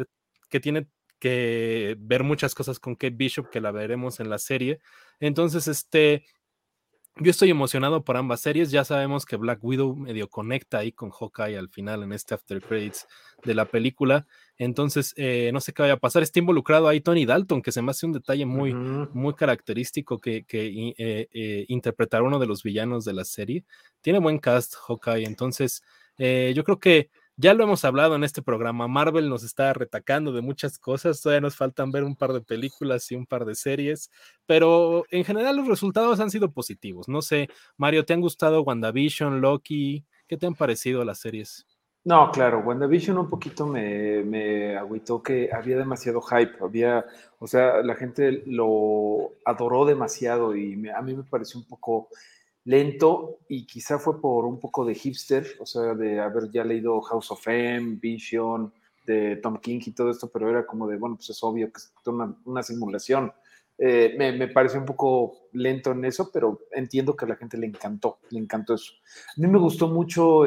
que ver muchas cosas con Kate Bishop, que la veremos en la serie. Entonces, Yo estoy emocionado por ambas series. Ya sabemos que Black Widow medio conecta ahí con Hawkeye al final en este after credits de la película. Entonces, no sé qué vaya a pasar. Está involucrado ahí Tony Dalton, que se me hace un detalle muy, muy característico que interpretar uno de los villanos de la serie. Tiene buen cast Hawkeye. Entonces, yo creo que ya lo hemos hablado en este programa. Marvel nos está retacando de muchas cosas. Todavía nos faltan ver un par de películas y un par de series, pero en general los resultados han sido positivos. No sé, Mario, ¿te han gustado WandaVision, Loki? ¿Qué te han parecido las series? No, claro, WandaVision un poquito me agüitó que había demasiado hype, o sea, la gente lo adoró demasiado y a mí me pareció un poco lento y quizá fue por un poco de hipster, o sea, de haber ya leído House of M, Vision, de Tom King y todo esto, pero era como de, bueno, pues es obvio que es una simulación. Me pareció un poco lento en eso, pero entiendo que a la gente le encantó eso. A mí me gustó mucho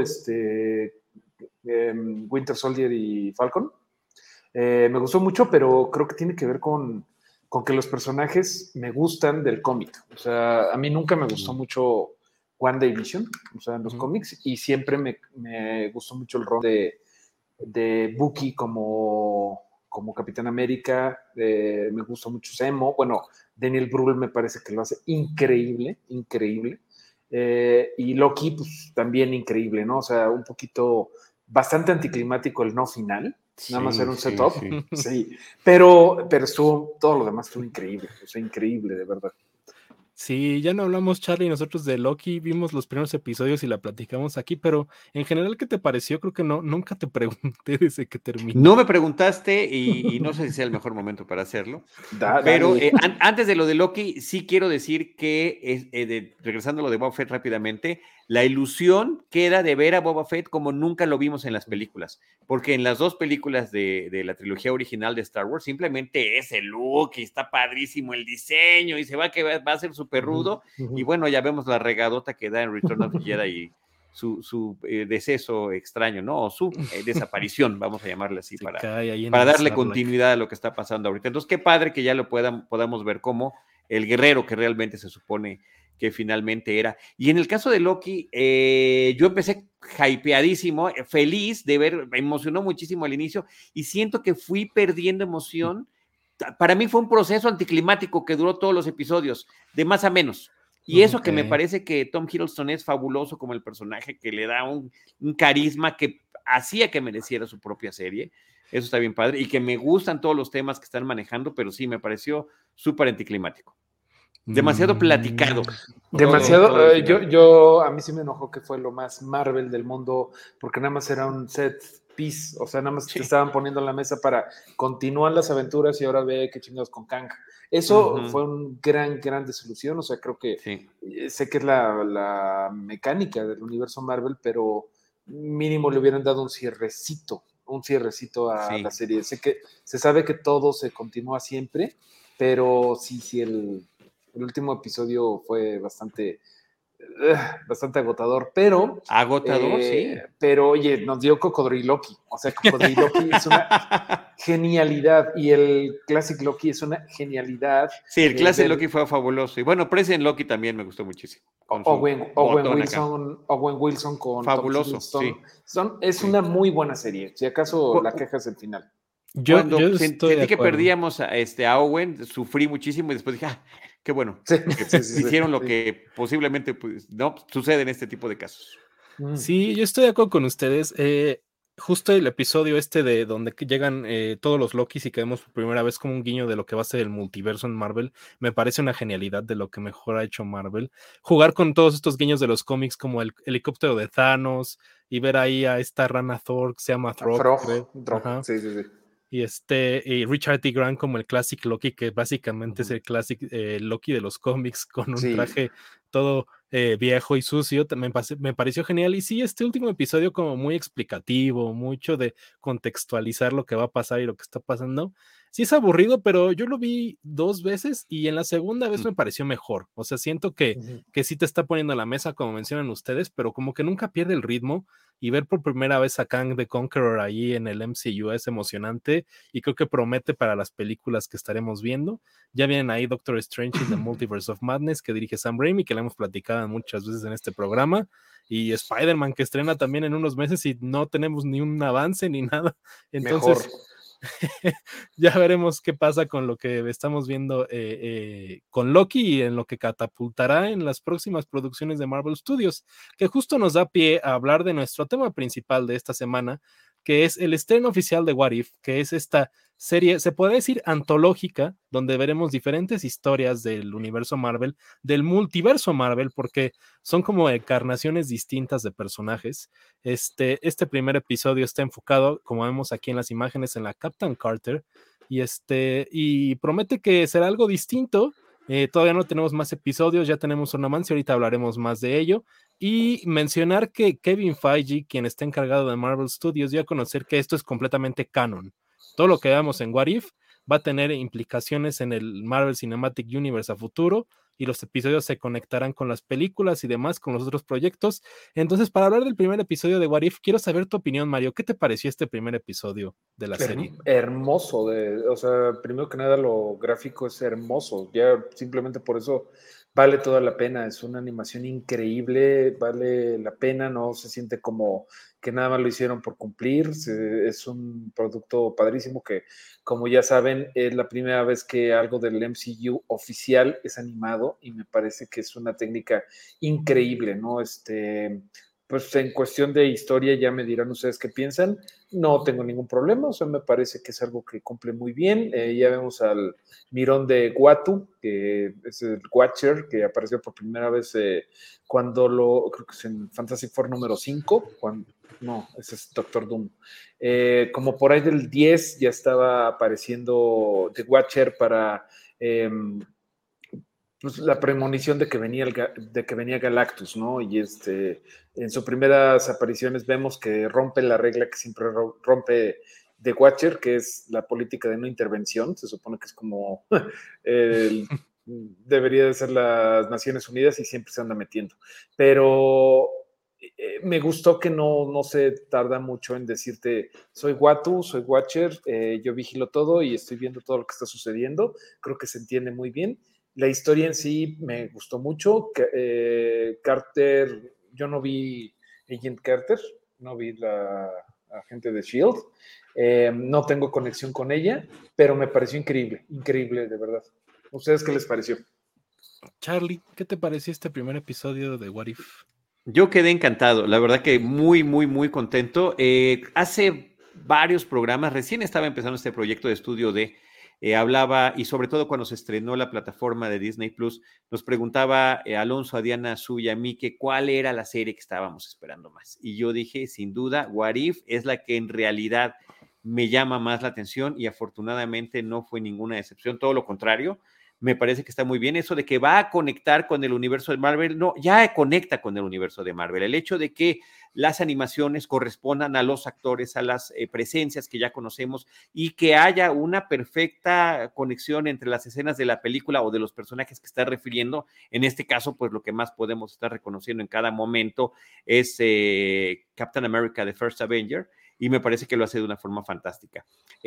Winter Soldier y Falcon. Me gustó mucho, pero creo que tiene que ver con que los personajes me gustan del cómic. O sea, a mí nunca me gustó mucho WandaVision, o sea, en los cómics, y siempre me gustó mucho el rol de Bucky como Capitán América. Me gustó mucho Zemo. Bueno, Daniel Brühl me parece que lo hace increíble, increíble. Y Loki, pues también increíble, ¿no? O sea, un poquito bastante anticlimático el no final. Nada más era un setup. Sí. Pero estuvo, todo lo demás estuvo increíble. O sea, increíble, de verdad. Sí, ya no hablamos, Charlie, nosotros de Loki, vimos los primeros episodios y la platicamos aquí, pero en general, ¿qué te pareció? Creo que nunca te pregunté desde que terminó. No me preguntaste y no sé si sea el mejor momento para hacerlo, pero antes de lo de Loki, sí quiero decir que, regresando a lo de Boba Fett rápidamente, la ilusión queda de ver a Boba Fett como nunca lo vimos en las películas, porque en las dos películas de la trilogía original de Star Wars simplemente es el look y está padrísimo el diseño y se va a ser súper rudo, y bueno, ya vemos la regadota que da en Return of the Jedi y su deceso extraño, ¿no? O su desaparición, vamos a llamarle así, para darle continuidad a lo que está pasando ahorita. Entonces, qué padre que ya lo podamos ver como el guerrero que realmente se supone que finalmente era. Y en el caso de Loki, yo empecé hypeadísimo, feliz de ver, me emocionó muchísimo al inicio y siento que fui perdiendo emoción. Para mí fue un proceso anticlimático que duró todos los episodios, de más a menos. Y eso que me parece que Tom Hiddleston es fabuloso como el personaje, que le da un carisma que hacía que mereciera su propia serie. Eso está bien padre. Y que me gustan todos los temas que están manejando, pero sí, me pareció súper anticlimático. Demasiado platicado. Demasiado. Yo a mí sí me enojó que fue lo más Marvel del mundo, porque nada más era un set piece, o sea, nada más te estaban poniendo en la mesa para continuar las aventuras y ahora ve qué chingados con Kang. Eso fue un gran desilusión, o sea, creo que sé que es la mecánica del universo Marvel, pero mínimo le hubieran dado un cierrecito a la serie. Sé que se sabe que todo se continúa siempre, pero sí, el último episodio fue bastante agotador, pero... Agotador, sí. Pero, oye, nos dio Cocodriloqui. O sea, Cocodriloqui es una genialidad y el Classic Loki es una genialidad. Sí, el Classic Loki fue fabuloso. Y bueno, Present Loki también me gustó muchísimo. Owen Wilson con fabuloso, Tom Hiddleston. Es una muy buena serie. Si acaso la queja es el final. Cuando sentí que perdíamos a Owen, sufrí muchísimo y después dije, qué bueno. Hicieron lo que posiblemente no sucede en este tipo de casos. Sí, yo estoy de acuerdo con ustedes. Justo el episodio de donde llegan todos los Lokis y que vemos por primera vez como un guiño de lo que va a ser el multiverso en Marvel, me parece una genialidad de lo que mejor ha hecho Marvel. Jugar con todos estos guiños de los cómics como el helicóptero de Thanos y ver ahí a esta rana Thor que se llama Throg. Sí. Y Richard T. Grant como el Classic Loki, que básicamente es el Classic Loki de los cómics, con un traje todo viejo y sucio, me pareció genial. Y sí, este último episodio como muy explicativo, mucho de contextualizar lo que va a pasar y lo que está pasando. Sí es aburrido, pero yo lo vi 2 veces y en la segunda vez me pareció mejor. O sea, siento que sí te está poniendo a la mesa, como mencionan ustedes, pero como que nunca pierde el ritmo, y ver por primera vez a Kang the Conqueror ahí en el MCU es emocionante y creo que promete para las películas que estaremos viendo. Ya vienen ahí Doctor Strange in the Multiverse of Madness, que dirige Sam Raimi, que le hemos platicado muchas veces en este programa, y Spider-Man, que estrena también en unos meses y no tenemos ni un avance ni nada. Entonces, ya veremos qué pasa con lo que estamos viendo con Loki y en lo que catapultará en las próximas producciones de Marvel Studios, que justo nos da pie a hablar de nuestro tema principal de esta semana, que es el estreno oficial de What If, que es esta serie, se puede decir antológica, donde veremos diferentes historias del universo Marvel, del multiverso Marvel, porque son como encarnaciones distintas de personajes. Este primer episodio está enfocado, como vemos aquí en las imágenes, en la Captain Carter, y promete que será algo distinto. Todavía no tenemos más episodios, ya tenemos un avance, ahorita hablaremos más de ello. Y mencionar que Kevin Feige, quien está encargado de Marvel Studios, dio a conocer que esto es completamente canon. Todo lo que veamos en What If va a tener implicaciones en el Marvel Cinematic Universe a futuro, y los episodios se conectarán con las películas y demás, con los otros proyectos. Entonces, para hablar del primer episodio de What If, quiero saber tu opinión, Mario. ¿Qué te pareció este primer episodio de la serie? Hermoso, o sea, primero que nada lo gráfico es hermoso, ya simplemente por eso vale toda la pena, es una animación increíble, vale la pena, no se siente como que nada más lo hicieron por cumplir, es un producto padrísimo que, como ya saben, es la primera vez que algo del MCU oficial es animado y me parece que es una técnica increíble, ¿no? Pues en cuestión de historia ya me dirán ustedes qué piensan. No tengo ningún problema, o sea, me parece que es algo que cumple muy bien. Ya vemos al mirón de Uatu, que es el Watcher, que apareció por primera vez creo que es en Fantastic Four número 5, no, ese es Doctor Doom. Como por ahí del 10 ya estaba apareciendo The Watcher para pues, la premonición de que venía Galactus, ¿no? Y en sus primeras apariciones vemos que rompe la regla que siempre rompe The Watcher, que es la política de no intervención. Se supone que es como debería de ser las Naciones Unidas y siempre se anda metiendo. Pero me gustó que no se tarda mucho en decirte, soy Uatu, soy Watcher, yo vigilo todo y estoy viendo todo lo que está sucediendo. Creo que se entiende muy bien. La historia en sí me gustó mucho. Carter, yo no vi Agent Carter, no vi la agente de S.H.I.E.L.D., no tengo conexión con ella, pero me pareció increíble, increíble, de verdad. ¿Ustedes qué les pareció? Charlie, ¿qué te pareció este primer episodio de What If? Yo quedé encantado, la verdad que muy, muy, muy contento. Hace varios programas, recién estaba empezando este proyecto de estudio hablaba, y sobre todo cuando se estrenó la plataforma de Disney Plus, nos preguntaba Alonso, a Diana, Su y a mí que cuál era la serie que estábamos esperando más. Y yo dije, sin duda, What If es la que en realidad me llama más la atención, y afortunadamente no fue ninguna excepción, todo lo contrario. Me parece que está muy bien. Eso de que va a conectar con el universo de Marvel, no, ya conecta con el universo de Marvel. El hecho de que las animaciones correspondan a los actores, a las presencias que ya conocemos, y que haya una perfecta conexión entre las escenas de la película o de los personajes que está refiriendo. En este caso, pues lo que más podemos estar reconociendo en cada momento es Captain America, The First Avenger, y me parece que lo hace de una forma fantástica.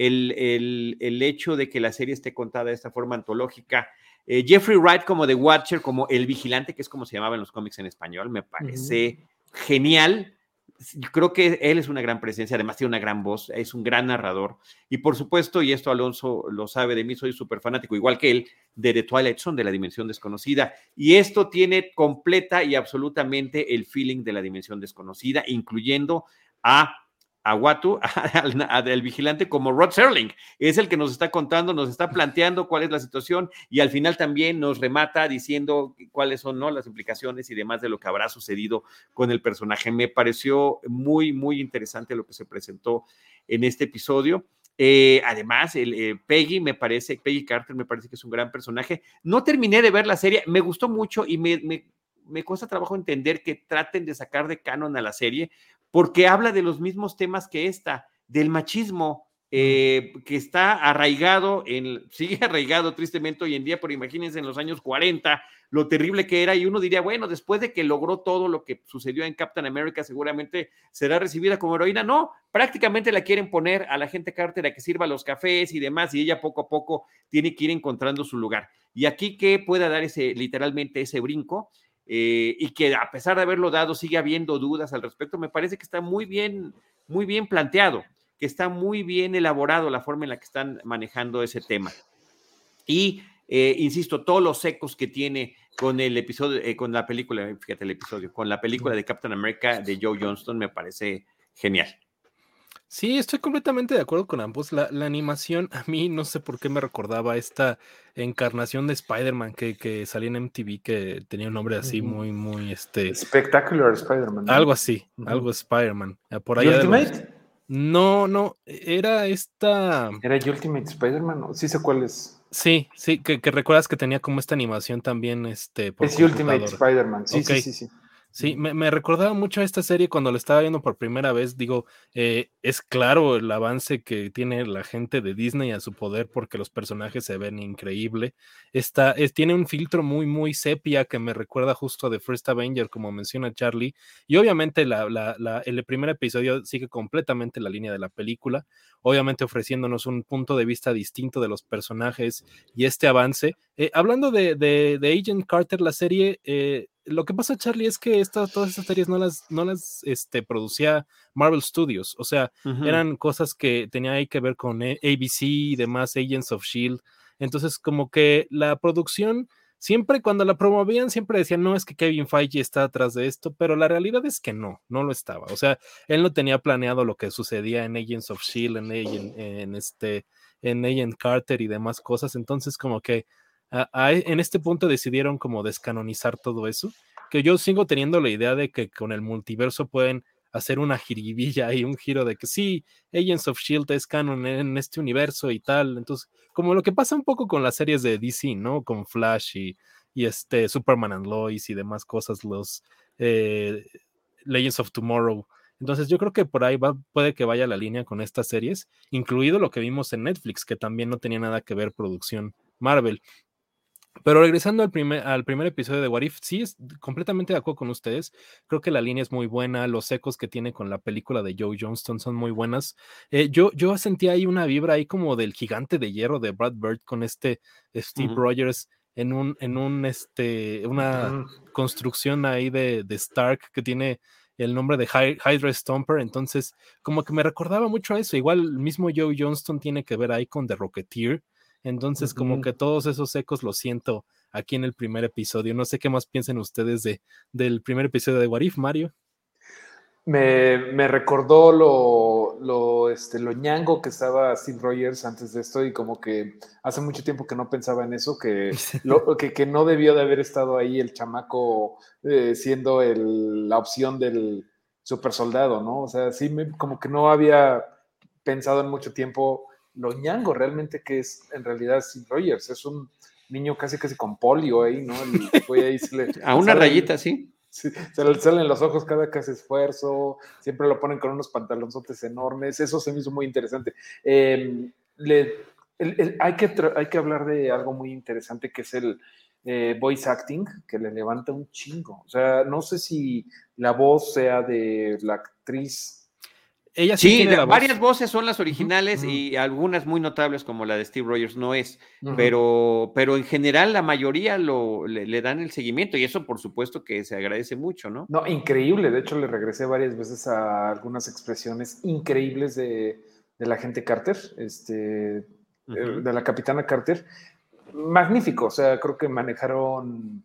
El hecho de que la serie esté contada de esta forma antológica, Jeffrey Wright como The Watcher, como El Vigilante, que es como se llamaba en los cómics en español, me parece genial. Yo creo que él es una gran presencia, además tiene una gran voz, es un gran narrador, y por supuesto, y esto Alonso lo sabe de mí, soy súper fanático, igual que él, de The Twilight Zone, de la Dimensión Desconocida, y esto tiene completa y absolutamente el feeling de la Dimensión Desconocida, incluyendo a Uatu, al vigilante, como Rod Serling, es el que nos está contando, nos está planteando cuál es la situación, y al final también nos remata diciendo cuáles son, ¿no?, las implicaciones y demás de lo que habrá sucedido con el personaje. Me pareció muy, muy interesante lo que se presentó en este episodio. Además, Peggy Carter me parece que es un gran personaje. No terminé de ver la serie, me gustó mucho y me me cuesta trabajo entender que traten de sacar de canon a la serie, porque habla de los mismos temas que esta, del machismo, que está arraigado, sigue arraigado tristemente hoy en día, pero imagínense en los años 40, lo terrible que era, y uno diría, bueno, después de que logró todo lo que sucedió en Captain America, seguramente será recibida como heroína. No, prácticamente la quieren poner a la agente Carter a que sirva los cafés y demás, y ella poco a poco tiene que ir encontrando su lugar. Y aquí que pueda dar literalmente ese brinco, y que a pesar de haberlo dado sigue habiendo dudas al respecto, me parece que está muy bien planteado, que está muy bien elaborado la forma en la que están manejando ese tema. Y insisto, todos los ecos que tiene con el episodio, con la película, fíjate el episodio, con la película de Captain America de Joe Johnston, me parece genial. Sí, estoy completamente de acuerdo con ambos. La animación, a mí no sé por qué me recordaba esta encarnación de Spider-Man que salía en MTV, que tenía un nombre así muy Spectacular Spider-Man, ¿no? algo así, algo Spider-Man. Por allá ¿Ultimate? No, era esta... ¿Era Ultimate Spider-Man? ¿No? Sí sé cuál es. Sí, que recuerdas que tenía como esta animación también, por Es Ultimate computadora. Spider-Man, sí, Okay. sí. Sí, me recordaba mucho a esta serie cuando la estaba viendo por primera vez. Digo, es claro el avance que tiene la gente de Disney a su poder porque los personajes se ven increíble. Tiene un filtro muy sepia que me recuerda justo a The First Avenger, como menciona Charlie. Y obviamente el primer episodio sigue completamente la línea de la película, obviamente ofreciéndonos un punto de vista distinto de los personajes y este avance. Hablando de Agent Carter, la serie... lo que pasa, Charlie, es que todas estas series no las producía Marvel Studios, o sea, eran cosas que tenían ahí que ver con ABC y demás, Agents of S.H.I.E.L.D., entonces como que la producción, siempre cuando la promovían, siempre decían, no, es que Kevin Feige está atrás de esto, pero la realidad es que no lo estaba, o sea, él no tenía planeado lo que sucedía en Agents of S.H.I.E.L.D., en Agent Carter y demás cosas, entonces como que en este punto decidieron como descanonizar todo eso, que yo sigo teniendo la idea de que con el multiverso pueden hacer una jiribilla y un giro de que sí, Agents of S.H.I.E.L.D. es canon en este universo y tal, entonces como lo que pasa un poco con las series de DC, ¿no? Con Flash y Superman and Lois y demás cosas, los Legends of Tomorrow. Entonces yo creo que por ahí puede que vaya la línea con estas series, incluido lo que vimos en Netflix, que también no tenía nada que ver producción Marvel. Pero regresando al primer episodio de What If, sí, es completamente de acuerdo con ustedes. Creo que la línea es muy buena, los ecos que tiene con la película de Joe Johnston son muy buenas. Yo sentía ahí una vibra ahí como del Gigante de Hierro de Brad Bird con Steve Rogers en una construcción ahí de Stark que tiene el nombre de Hydra Stomper, entonces como que me recordaba mucho a eso. Igual el mismo Joe Johnston tiene que ver ahí con The Rocketeer. Entonces, como que todos esos ecos los siento aquí en el primer episodio. No sé qué más piensen ustedes del primer episodio de What If, Mario. Me recordó lo ñango que estaba Steve Rogers antes de esto y como que hace mucho tiempo que no pensaba en eso, que no debió de haber estado ahí el chamaco siendo la opción del super soldado, ¿no? O sea, sí, como que no había pensado en mucho tiempo lo ñango realmente que es en realidad Steve Rogers. Es un niño casi con polio ahí, ¿no? Ahí a una rayita, sí. Sí, se le salen los ojos cada que hace esfuerzo, siempre lo ponen con unos pantalonzotes enormes, eso se me hizo muy interesante. Hay que hablar de algo muy interesante que es el voice acting, que le levanta un chingo. O sea, no sé si la voz sea de la actriz. Ella sí tiene la varias voz. voces son las originales y algunas muy notables como la de Steve Rogers no es, pero en general la mayoría le dan el seguimiento y eso por supuesto que se agradece mucho, ¿no? No, increíble, de hecho le regresé varias veces a algunas expresiones increíbles de la agente Carter, de la capitana Carter, magnífico, o sea, creo que manejaron...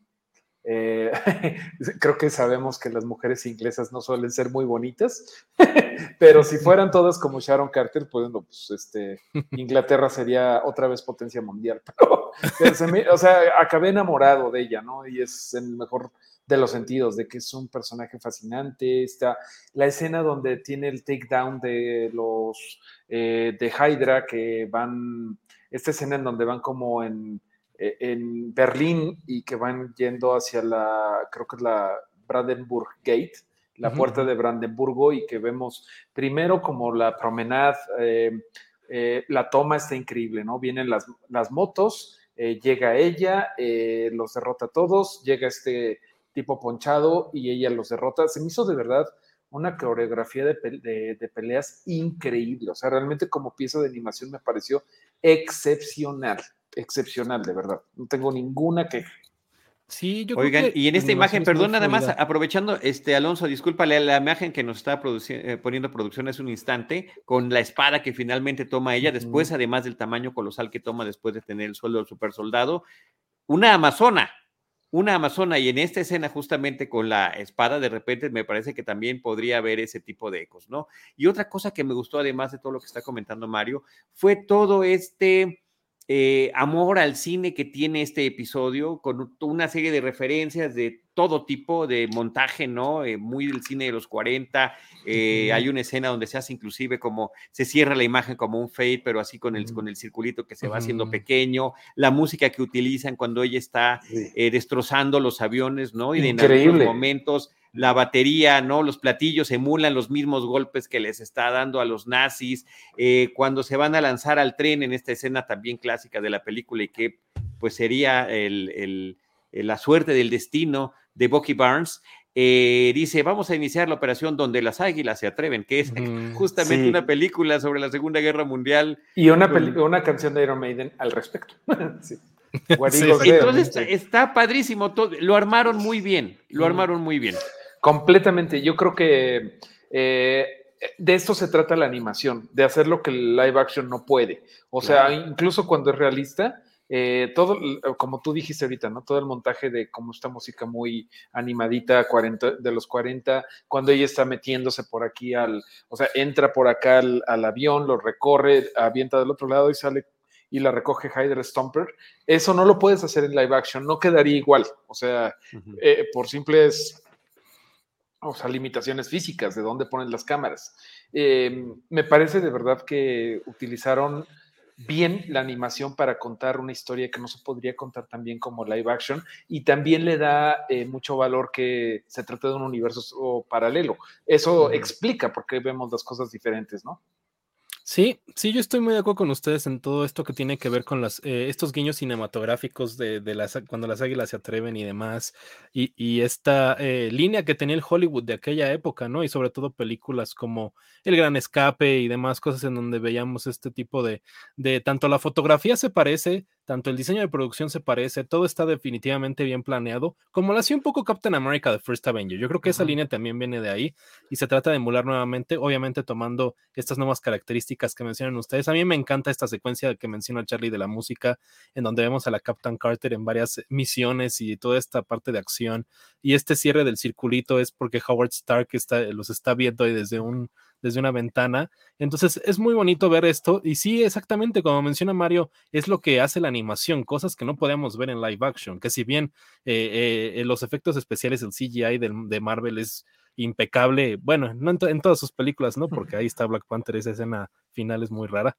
creo que sabemos que las mujeres inglesas no suelen ser muy bonitas, pero si fueran todas como Sharon Carter, pues, no, pues Inglaterra sería otra vez potencia mundial. Pero o sea, acabé enamorado de ella, ¿no? Y es en el mejor de los sentidos, de que es un personaje fascinante. Está la escena donde tiene el takedown de los de Hydra que van, esta escena en donde van como en en Berlín y que van yendo hacia creo que es la Brandenburg Gate, la puerta de Brandenburgo, y que vemos primero como la promenade, la toma está increíble, ¿no? Vienen las motos, llega ella, los derrota a todos, llega este tipo ponchado y ella los derrota. Se me hizo de verdad una coreografía de peleas increíble, o sea, realmente como pieza de animación me pareció excepcional, de verdad, no tengo ninguna queja. Sí, yo Oigan, creo que y en la esta imagen, animación es muy perdón, nada más fluida. aprovechando, Alonso, discúlpale, la imagen que nos está poniendo producción hace un instante, con la espada que finalmente toma ella, después, además del tamaño colosal que toma después de tener el sueldo del super soldado, una amazona, y en esta escena justamente con la espada, de repente me parece que también podría haber ese tipo de ecos, ¿no? Y otra cosa que me gustó, además de todo lo que está comentando Mario, fue todo este amor al cine que tiene este episodio, con una serie de referencias de todo tipo de montaje, ¿no? Muy del cine de los 40, hay una escena donde se hace inclusive como, se cierra la imagen como un fade, pero así con el circulito que se va haciendo pequeño, la música que utilizan cuando ella está destrozando los aviones, ¿no? Y en algunos momentos la batería, ¿no? Los platillos emulan los mismos golpes que les está dando a los nazis, cuando se van a lanzar al tren en esta escena también clásica de la película y que pues sería la suerte del destino de Bucky Barnes, dice, vamos a iniciar la operación donde las águilas se atreven, que es justamente una película sobre la Segunda Guerra Mundial. Y una canción de Iron Maiden al respecto. Sí. Sí, entonces está padrísimo, lo armaron muy bien, Completamente, yo creo que de esto se trata la animación, de hacer lo que el live action no puede. O sea, incluso cuando es realista, todo, como tú dijiste ahorita, ¿no? Todo el montaje de como esta música muy animadita de los 40, cuando ella está metiéndose por aquí o sea, entra por acá al avión, lo recorre, avienta del otro lado y sale y la recoge Hyder Stomper. Eso no lo puedes hacer en live action, no quedaría igual. O sea, por simples, o sea, limitaciones físicas de dónde ponen las cámaras. Me parece de verdad que utilizaron bien la animación para contar una historia que no se podría contar tan bien como live action, y también le da mucho valor que se trata de un universo paralelo. Eso explica por qué vemos las cosas diferentes, ¿no? Sí, yo estoy muy de acuerdo con ustedes en todo esto que tiene que ver con estos guiños cinematográficos de cuando las águilas se atreven y demás, y esta línea que tenía el Hollywood de aquella época, ¿no? Y sobre todo películas como El Gran Escape y demás cosas en donde veíamos este tipo de tanto la fotografía se parece, tanto el diseño de producción se parece, todo está definitivamente bien planeado, como lo hacía un poco Captain America de First Avenger. Yo creo que esa línea también viene de ahí y se trata de emular nuevamente, obviamente tomando estas nuevas características que mencionan ustedes. A mí me encanta esta secuencia que menciona Charlie de la música, en donde vemos a la Captain Carter en varias misiones y toda esta parte de acción, y este cierre del circulito es porque Howard Stark los está viendo ahí desde una ventana. Entonces es muy bonito ver esto, y sí, exactamente como menciona Mario, es lo que hace la animación, cosas que no podemos ver en live action, que si bien los efectos especiales, el CGI de Marvel es impecable, bueno, no en todas sus películas, ¿no? Porque ahí está Black Panther, esa escena final es muy rara,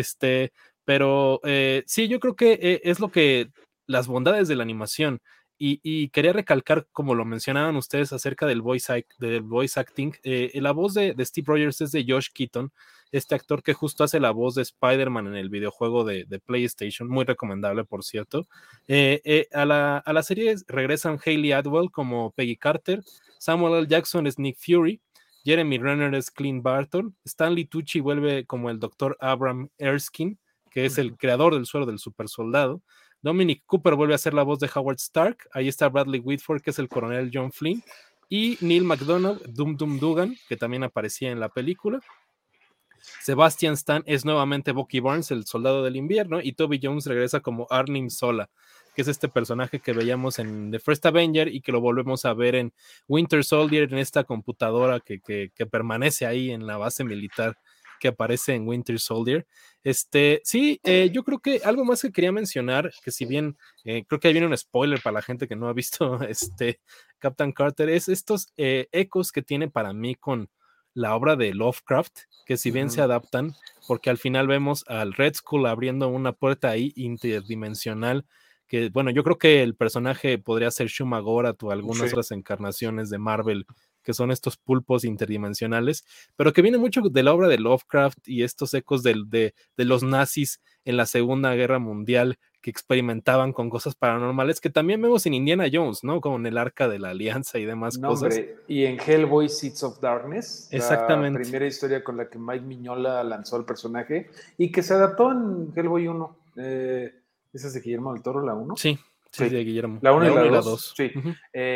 pero sí, yo creo que es lo que, las bondades de la animación, y quería recalcar, como lo mencionaban ustedes acerca del voice acting, la voz de Steve Rogers es de Josh Keaton, este actor que justo hace la voz de Spider-Man en el videojuego de PlayStation, muy recomendable, por cierto. A la serie regresan Hayley Atwell como Peggy Carter, Samuel L. Jackson es Nick Fury, Jeremy Renner es Clint Barton, Stanley Tucci vuelve como el Dr. Abram Erskine, que es el creador del suero del super soldado. Dominic Cooper vuelve a ser la voz de Howard Stark. Ahí está Bradley Whitford, que es el coronel John Flynn. Y Neil McDonough, Dum Dum Dugan, que también aparecía en la película. Sebastian Stan es nuevamente Bucky Barnes, el soldado del invierno. Y Toby Jones regresa como Arnim Zola, que es este personaje que veíamos en The First Avenger y que lo volvemos a ver en Winter Soldier, en esta computadora que permanece ahí en la base militar que aparece en Winter Soldier. Sí, yo creo que algo más que quería mencionar, que si bien creo que ahí viene un spoiler para la gente que no ha visto Captain Carter, es estos ecos que tiene para mí con la obra de Lovecraft, que si bien se adaptan, porque al final vemos al Red Skull abriendo una puerta ahí interdimensional que bueno, yo creo que el personaje podría ser Shuma Gorath o algunas Sí. otras encarnaciones de Marvel, que son estos pulpos interdimensionales, pero que viene mucho de la obra de Lovecraft y estos ecos de los nazis en la Segunda Guerra Mundial, que experimentaban con cosas paranormales, que también vemos en Indiana Jones, ¿no? Como en el Arca de la Alianza y demás No, cosas. hombre, y en Hellboy Seeds of Darkness, la Exactamente. primera historia con la que Mike Mignola lanzó al personaje y que se adaptó en Hellboy 1. ¿Esa es de Guillermo del Toro, la 1? Sí, sí, de Guillermo. La 1 y la 2. 2. Sí. Uh-huh.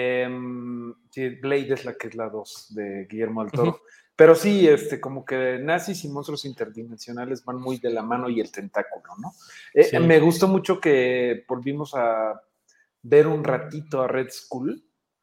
Sí, Blade es la que es la 2 de Guillermo del Toro. Uh-huh. Pero sí, como que nazis y monstruos interdimensionales van muy de la mano y el tentáculo, ¿no? Sí. Me gustó mucho que volvimos a ver un ratito a Red Skull,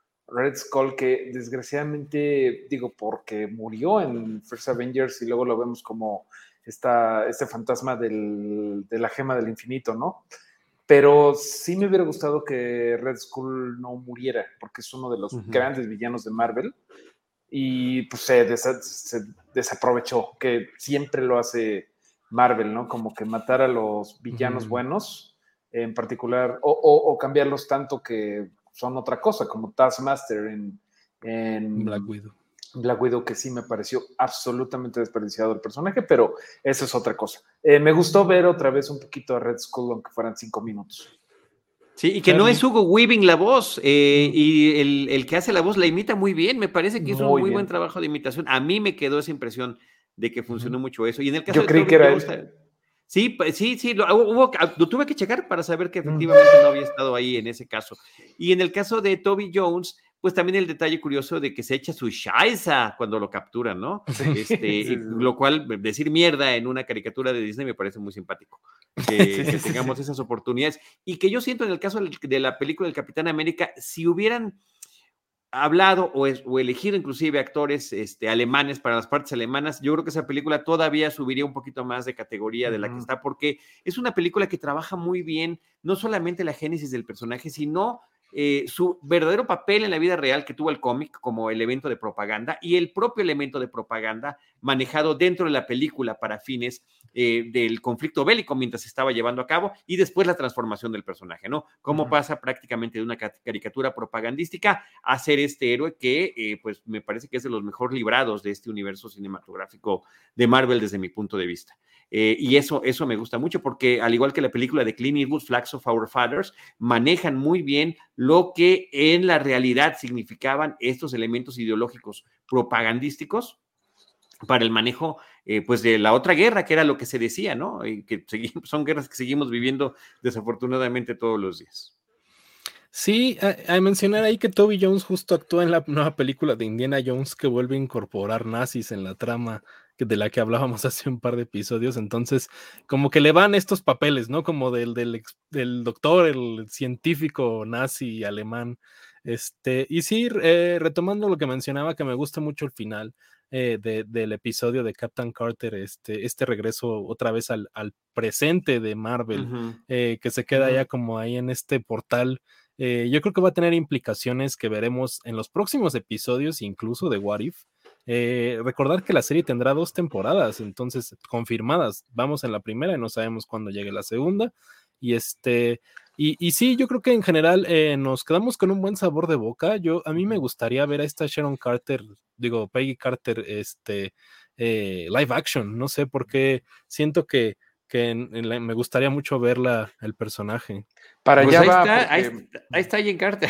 que desgraciadamente, digo, porque murió en First Avengers y luego lo vemos como este fantasma de la gema del infinito, ¿no? Pero sí me hubiera gustado que Red Skull no muriera, porque es uno de los grandes villanos de Marvel y pues se desaprovechó, que siempre lo hace Marvel, ¿no? Como que matar a los villanos buenos, en particular, o cambiarlos tanto que son otra cosa, como Taskmaster en Black Widow. Black Widow, que sí me pareció absolutamente desperdiciado el personaje, pero eso es otra cosa. Me gustó ver otra vez un poquito a Red Skull, aunque fueran 5 minutos. Sí, y que Charlie. no es Hugo Weaving la voz, y el que hace la voz la imita muy bien, me parece que hizo un muy buen trabajo de imitación. A mí me quedó esa impresión de que funcionó mucho eso. Y en el caso Yo creí que era Jones, él. Sí, lo tuve que checar para saber que efectivamente no había estado ahí en ese caso. Y en el caso de Toby Jones, pues también el detalle curioso de que se echa su shaisa cuando lo capturan, ¿no? Sí. Lo cual, decir mierda en una caricatura de Disney me parece muy simpático. Que tengamos esas oportunidades. Y que yo siento en el caso de la película del Capitán América, si hubieran hablado o elegido inclusive actores alemanes para las partes alemanas, yo creo que esa película todavía subiría un poquito más de categoría de la que está, porque es una película que trabaja muy bien, no solamente la génesis del personaje, sino su verdadero papel en la vida real que tuvo el cómic como elemento de propaganda y el propio elemento de propaganda manejado dentro de la película para fines del conflicto bélico mientras se estaba llevando a cabo y después la transformación del personaje, ¿no? Cómo pasa prácticamente de una caricatura propagandística a ser este héroe que pues me parece que es de los mejor librados de este universo cinematográfico de Marvel desde mi punto de vista. Y eso me gusta mucho porque al igual que la película de Clint Eastwood, Flags of Our Fathers, manejan muy bien lo que en la realidad significaban estos elementos ideológicos propagandísticos para el manejo pues de la otra guerra, que era lo que se decía, ¿no? Y que son guerras que seguimos viviendo desafortunadamente todos los días. Sí, a mencionar ahí que Toby Jones justo actúa en la nueva película de Indiana Jones que vuelve a incorporar nazis en la trama de la que hablábamos hace un par de episodios, entonces como que le van estos papeles, ¿no? Como del doctor, el científico nazi alemán, y sí, retomando lo que mencionaba, que me gusta mucho el final del episodio de Captain Carter, este regreso otra vez al presente de Marvel, que se queda ya como ahí en este portal. Yo creo que va a tener implicaciones que veremos en los próximos episodios, incluso de What If. Recordar que la serie tendrá 2 temporadas, entonces confirmadas. Vamos en la primera y no sabemos cuándo llegue la segunda. Y y sí, yo creo que en general nos quedamos con un buen sabor de boca. A mí me gustaría ver a esta Sharon Carter, Peggy Carter, live action. No sé por qué siento que me gustaría mucho verla, el personaje. Para pues allá ahí va. está, Porque... ahí está Jane Carter.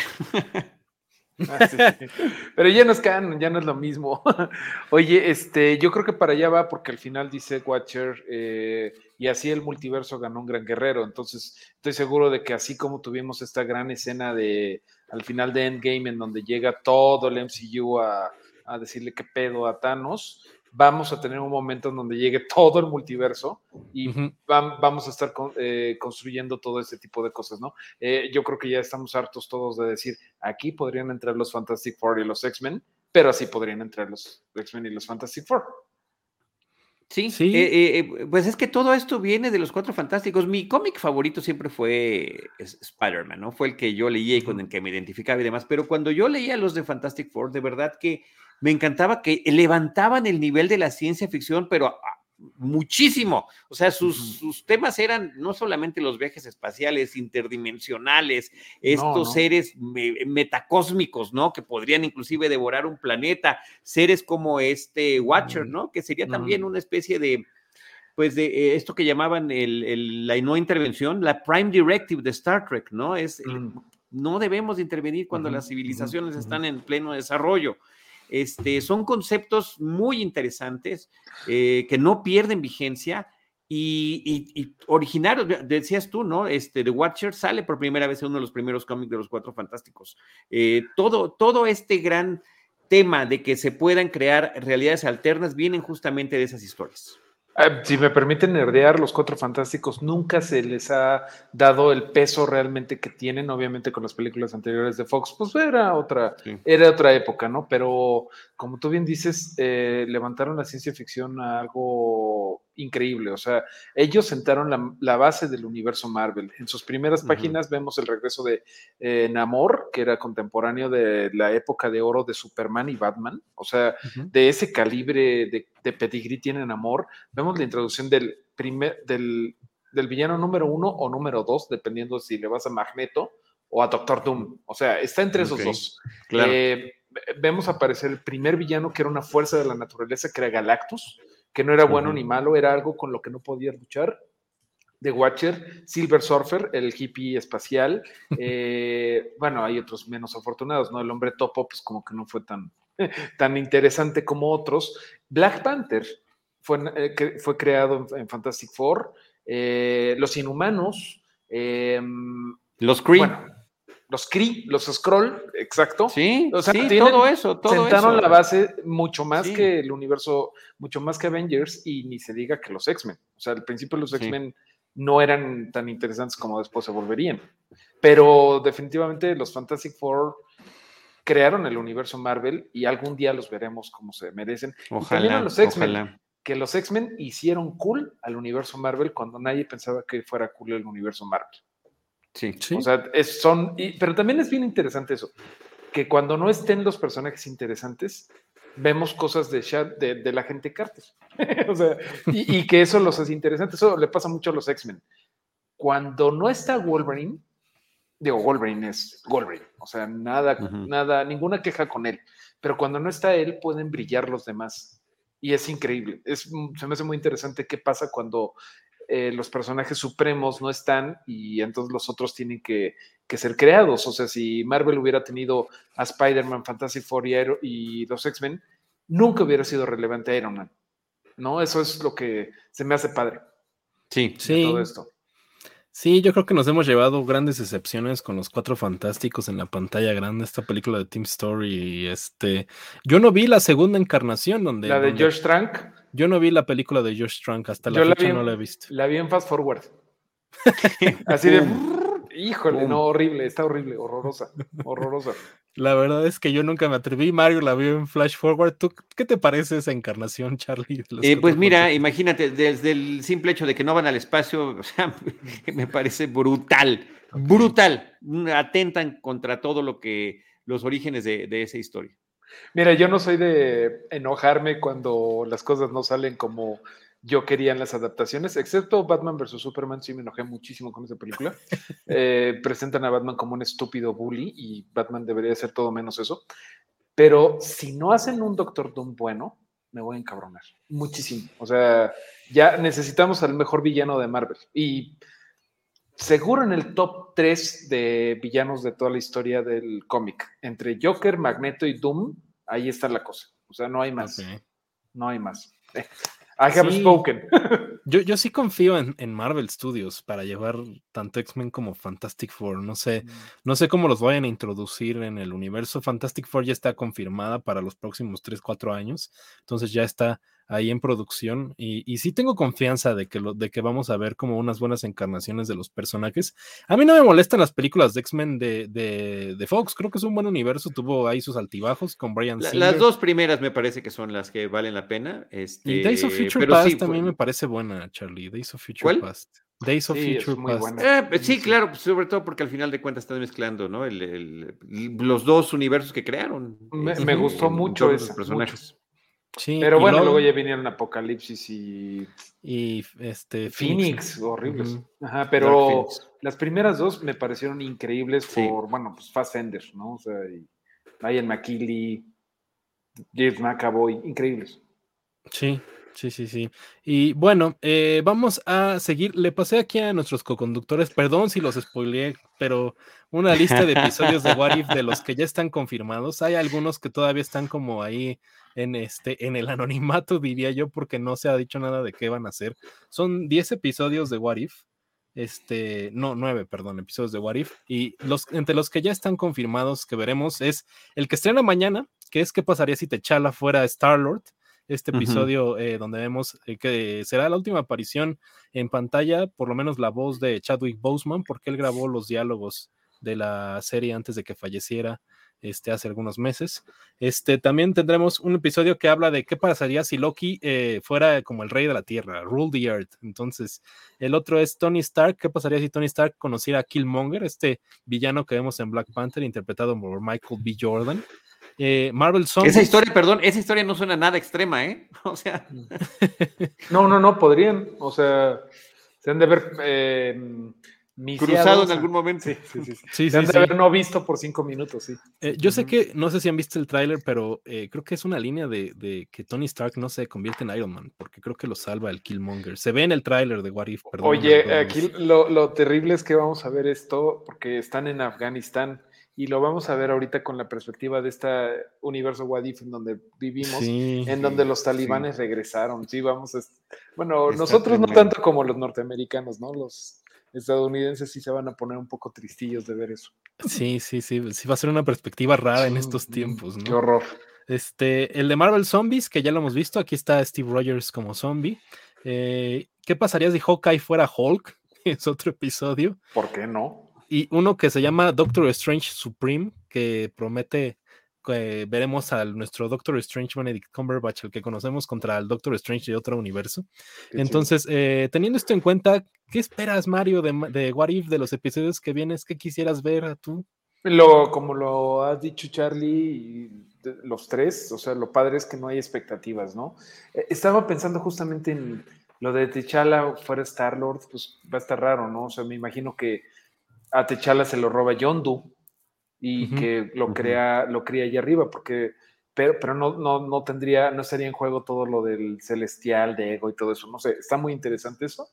Sí. Pero ya no es canon, ya no es lo mismo. Oye, yo creo que para allá va porque al final dice Watcher, y así el multiverso ganó un gran guerrero. Entonces, estoy seguro de que así como tuvimos esta gran escena al final de Endgame en donde llega todo el MCU a decirle qué pedo a Thanos, vamos a tener un momento en donde llegue todo el multiverso y vamos a estar construyendo todo este tipo de cosas, ¿no? Yo creo que ya estamos hartos todos de decir, aquí podrían entrar los Fantastic Four y los X-Men, pero así podrían entrar los X-Men y los Fantastic Four. Sí, pues es que todo esto viene de los Cuatro Fantásticos. Mi cómic favorito siempre fue Spider-Man, ¿no? Fue el que yo leía y con el que me identificaba y demás. Pero cuando yo leía los de Fantastic Four, de verdad que me encantaba que levantaban el nivel de la ciencia ficción, pero muchísimo. O sea, sus temas eran no solamente los viajes espaciales, interdimensionales, estos seres metacósmicos, ¿no? Que podrían inclusive devorar un planeta, seres como este Watcher, ¿no? Que sería también una especie de, pues de esto que llamaban la no intervención, la Prime Directive de Star Trek, ¿no? No debemos de intervenir cuando las civilizaciones están en pleno desarrollo. Son conceptos muy interesantes que no pierden vigencia y originarios. Decías tú, ¿no? The Watcher sale por primera vez en uno de los primeros cómics de los Cuatro Fantásticos. Todo este gran tema de que se puedan crear realidades alternas vienen justamente de esas historias. Si me permiten nerdear, los Cuatro Fantásticos nunca se les ha dado el peso realmente que tienen, obviamente con las películas anteriores de Fox, pues era otra época, ¿no? Pero como tú bien dices, levantaron la ciencia ficción a algo increíble, o sea, ellos sentaron la base del universo Marvel. En sus primeras páginas vemos el regreso de Namor, que era contemporáneo de la época de oro de Superman y Batman, o sea, de ese calibre de pedigrí tiene Namor. Vemos la introducción del villano número 1 o número 2, dependiendo si le vas a Magneto o a Doctor Doom. O sea, está entre esos dos. Claro. Vemos aparecer el primer villano que era una fuerza de la naturaleza, que era Galactus, que no era bueno ni malo, era algo con lo que no podía luchar. The Watcher, Silver Surfer, el hippie espacial. Bueno, hay otros menos afortunados, ¿no? El hombre topo, pues como que no fue tan interesante como otros. Black Panther fue creado en Fantastic Four. Los Inhumanos. Los Kree. Bueno, los Kree, los Skrull, exacto. Sí, o sea, todo eso. Sentaron la base mucho más que el universo, mucho más que Avengers, y ni se diga que los X-Men. O sea, al principio los X-Men no eran tan interesantes como después se volverían. Pero definitivamente los Fantastic Four crearon el universo Marvel y algún día los veremos como se merecen. Ojalá, los X-Men, que los X-Men hicieron cool al universo Marvel cuando nadie pensaba que fuera cool el universo Marvel. Sí. O sea, pero también es bien interesante eso, que cuando no estén los personajes interesantes, vemos cosas de la gente Carter. O sea, y que eso los hace interesantes. Eso le pasa mucho a los X-Men. Cuando no está Wolverine es Wolverine. O sea, nada, ninguna queja con él. Pero cuando no está él, pueden brillar los demás. Y es increíble. Se me hace muy interesante qué pasa cuando los personajes supremos no están y entonces los otros tienen que ser creados. O sea, si Marvel hubiera tenido a Spider-Man, Fantastic Four y los X-Men, nunca hubiera sido relevante Iron Man, ¿no? Eso es lo que se me hace padre. Sí. De todo esto. Sí, yo creo que nos hemos llevado grandes decepciones con los Cuatro Fantásticos en la pantalla grande, esta película de Team Story. Yo no vi la segunda encarnación donde... La de Josh Trank. Yo no vi la película de Josh Trank, hasta la fecha no la he visto. La vi en Fast Forward. Así de... Híjole, no, horrible, está horrible, horrorosa. La verdad es que yo nunca me atreví. Mario la vio en Flash Forward. ¿Tú qué te parece esa encarnación, Charlie? Pues mira, imagínate, desde el simple hecho de que no van al espacio, o sea, me parece brutal. Atentan contra todo los orígenes de esa historia. Mira, yo no soy de enojarme cuando las cosas no salen como yo quería en las adaptaciones, excepto Batman vs. Superman. Sí me enojé muchísimo con esa película. Presentan a Batman como un estúpido bully y Batman debería ser todo menos eso. Pero si no hacen un Doctor Doom bueno, me voy a encabronar muchísimo. O sea, ya necesitamos al mejor villano de Marvel. Y seguro en el top 3 de villanos de toda la historia del cómic. Entre Joker, Magneto y Doom, ahí está la cosa. O sea, no hay más. Okay. No hay más. I have spoken. Yo sí confío en Marvel Studios para llevar tanto X-Men como Fantastic Four. No sé cómo los vayan a introducir en el universo. Fantastic Four ya está confirmada para los próximos 3-4 años. Entonces ya está ahí en producción y sí tengo confianza de que vamos a ver como unas buenas encarnaciones de los personajes. A mí no me molestan las películas de X-Men de Fox, creo que es un buen universo, tuvo ahí sus altibajos con Bryan Singer. Las dos primeras me parece que son las que valen la pena. Y Days of Future Past también me parece buena, Charlie. Days of Future Past. Days of Future Past. Sí, claro, pues sobre todo porque al final de cuentas están mezclando, ¿no? Los dos universos que crearon. Me gustó mucho esos personajes. Sí, Pero y bueno, Logan, luego ya vinieron Apocalipsis y Phoenix. horribles. Ujú. Ajá, Dark pero Phoenix. las primeras dos me parecieron increíbles Sí. por, bueno, pues Fassbender, ¿no? O sea, y Ian McKellen, James McAvoy, increíbles. Sí, sí. Y bueno, vamos a seguir. Le pasé aquí a nuestros coconductores, perdón si los spoileé, pero una lista de episodios de What If de los que ya están confirmados. Hay algunos que todavía están como ahí en el anonimato, diría yo, porque no se ha dicho nada de qué van a hacer. Son 10 episodios de What If. No, 9, perdón, episodios de What If. Y entre los que ya están confirmados que veremos es el que estrena mañana, que es qué pasaría si T'Challa fuera Star-Lord. Este episodio donde vemos que será la última aparición en pantalla, por lo menos la voz de Chadwick Boseman, porque él grabó los diálogos de la serie antes de que falleciera hace algunos meses. También tendremos un episodio que habla de qué pasaría si Loki fuera como el rey de la tierra, rule the earth. Entonces, el otro es Tony Stark. ¿Qué pasaría si Tony Stark conociera a Killmonger, este villano que vemos en Black Panther, interpretado por Michael B. Jordan? Marvel Zombies. Esa historia no suena nada extrema, ¿eh? O sea. No, podrían, o sea, se han de haber Cruzado en algún momento. Sí. Se han de haber no visto por 5 minutos, sí. Yo sé que, no sé si han visto el tráiler, pero creo que es una línea de que Tony Stark no se convierte en Iron Man, porque creo que lo salva el Killmonger. Se ve en el tráiler de What If, perdón. Oye, aquí lo terrible es que vamos a ver esto porque están en Afganistán y lo vamos a ver ahorita con la perspectiva de este universo What If en donde vivimos, en donde los talibanes regresaron. Sí, bueno, está nosotros tremendo. No tanto como los norteamericanos, ¿no? Los estadounidenses sí se van a poner un poco tristillos de ver eso. Sí, va a ser una perspectiva rara en estos tiempos, ¿no? Qué horror. El de Marvel Zombies, que ya lo hemos visto, aquí está Steve Rogers como zombie. ¿Qué pasaría si Hawkeye fuera Hulk? Es otro episodio. ¿Por qué no? Y uno que se llama Doctor Strange Supreme, que promete que veremos a nuestro Doctor Strange Benedict Cumberbatch, el que conocemos, contra el Doctor Strange de otro universo. Qué entonces, teniendo esto en cuenta, ¿qué esperas, Mario, de What If, de los episodios que vienes? ¿Qué quisieras ver a tú? Como lo has dicho, Charlie, los tres, o sea, lo padre es que no hay expectativas, ¿no? Estaba pensando justamente en lo de T'Challa fuera Star-Lord, pues va a estar raro, ¿no? O sea, me imagino que a T'Challa se lo roba Yondu y que lo cría allá arriba, pero no estaría en juego todo lo del celestial, de Ego y todo eso, no sé, está muy interesante eso.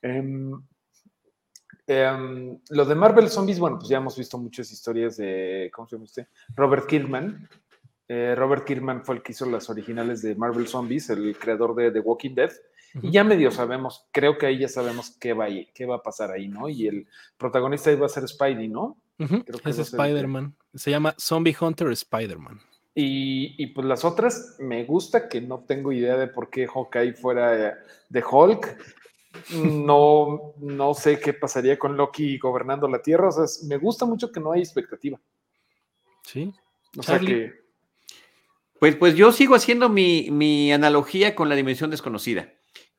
Lo de Marvel Zombies, bueno, pues ya hemos visto muchas historias de, ¿cómo se llama usted? Robert Kirkman. Robert Kirkman fue el que hizo las originales de Marvel Zombies, el creador de The Walking Dead. Y ya medio sabemos, creo que ahí ya sabemos qué va a pasar ahí, ¿no? Y el protagonista va a ser Spidey, ¿no? Creo que es Spider-Man. Se llama Zombie Hunter Spider-Man. Y pues las otras, me gusta que no tengo idea de por qué Hawkeye fuera de Hulk. No sé qué pasaría con Loki gobernando la Tierra. O sea, me gusta mucho que no hay expectativa. Sí. O sea que. Pues yo sigo haciendo mi analogía con la dimensión desconocida.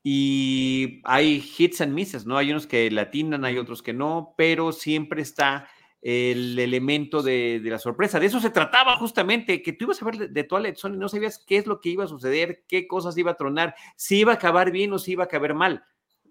Y hay hits and misses, ¿no? Hay unos que latinan, hay otros que no, pero siempre está el elemento de la sorpresa. De eso se trataba justamente, que tú ibas a ver de Twilight Zone y no sabías qué es lo que iba a suceder, qué cosas iba a tronar, si iba a acabar bien o si iba a acabar mal.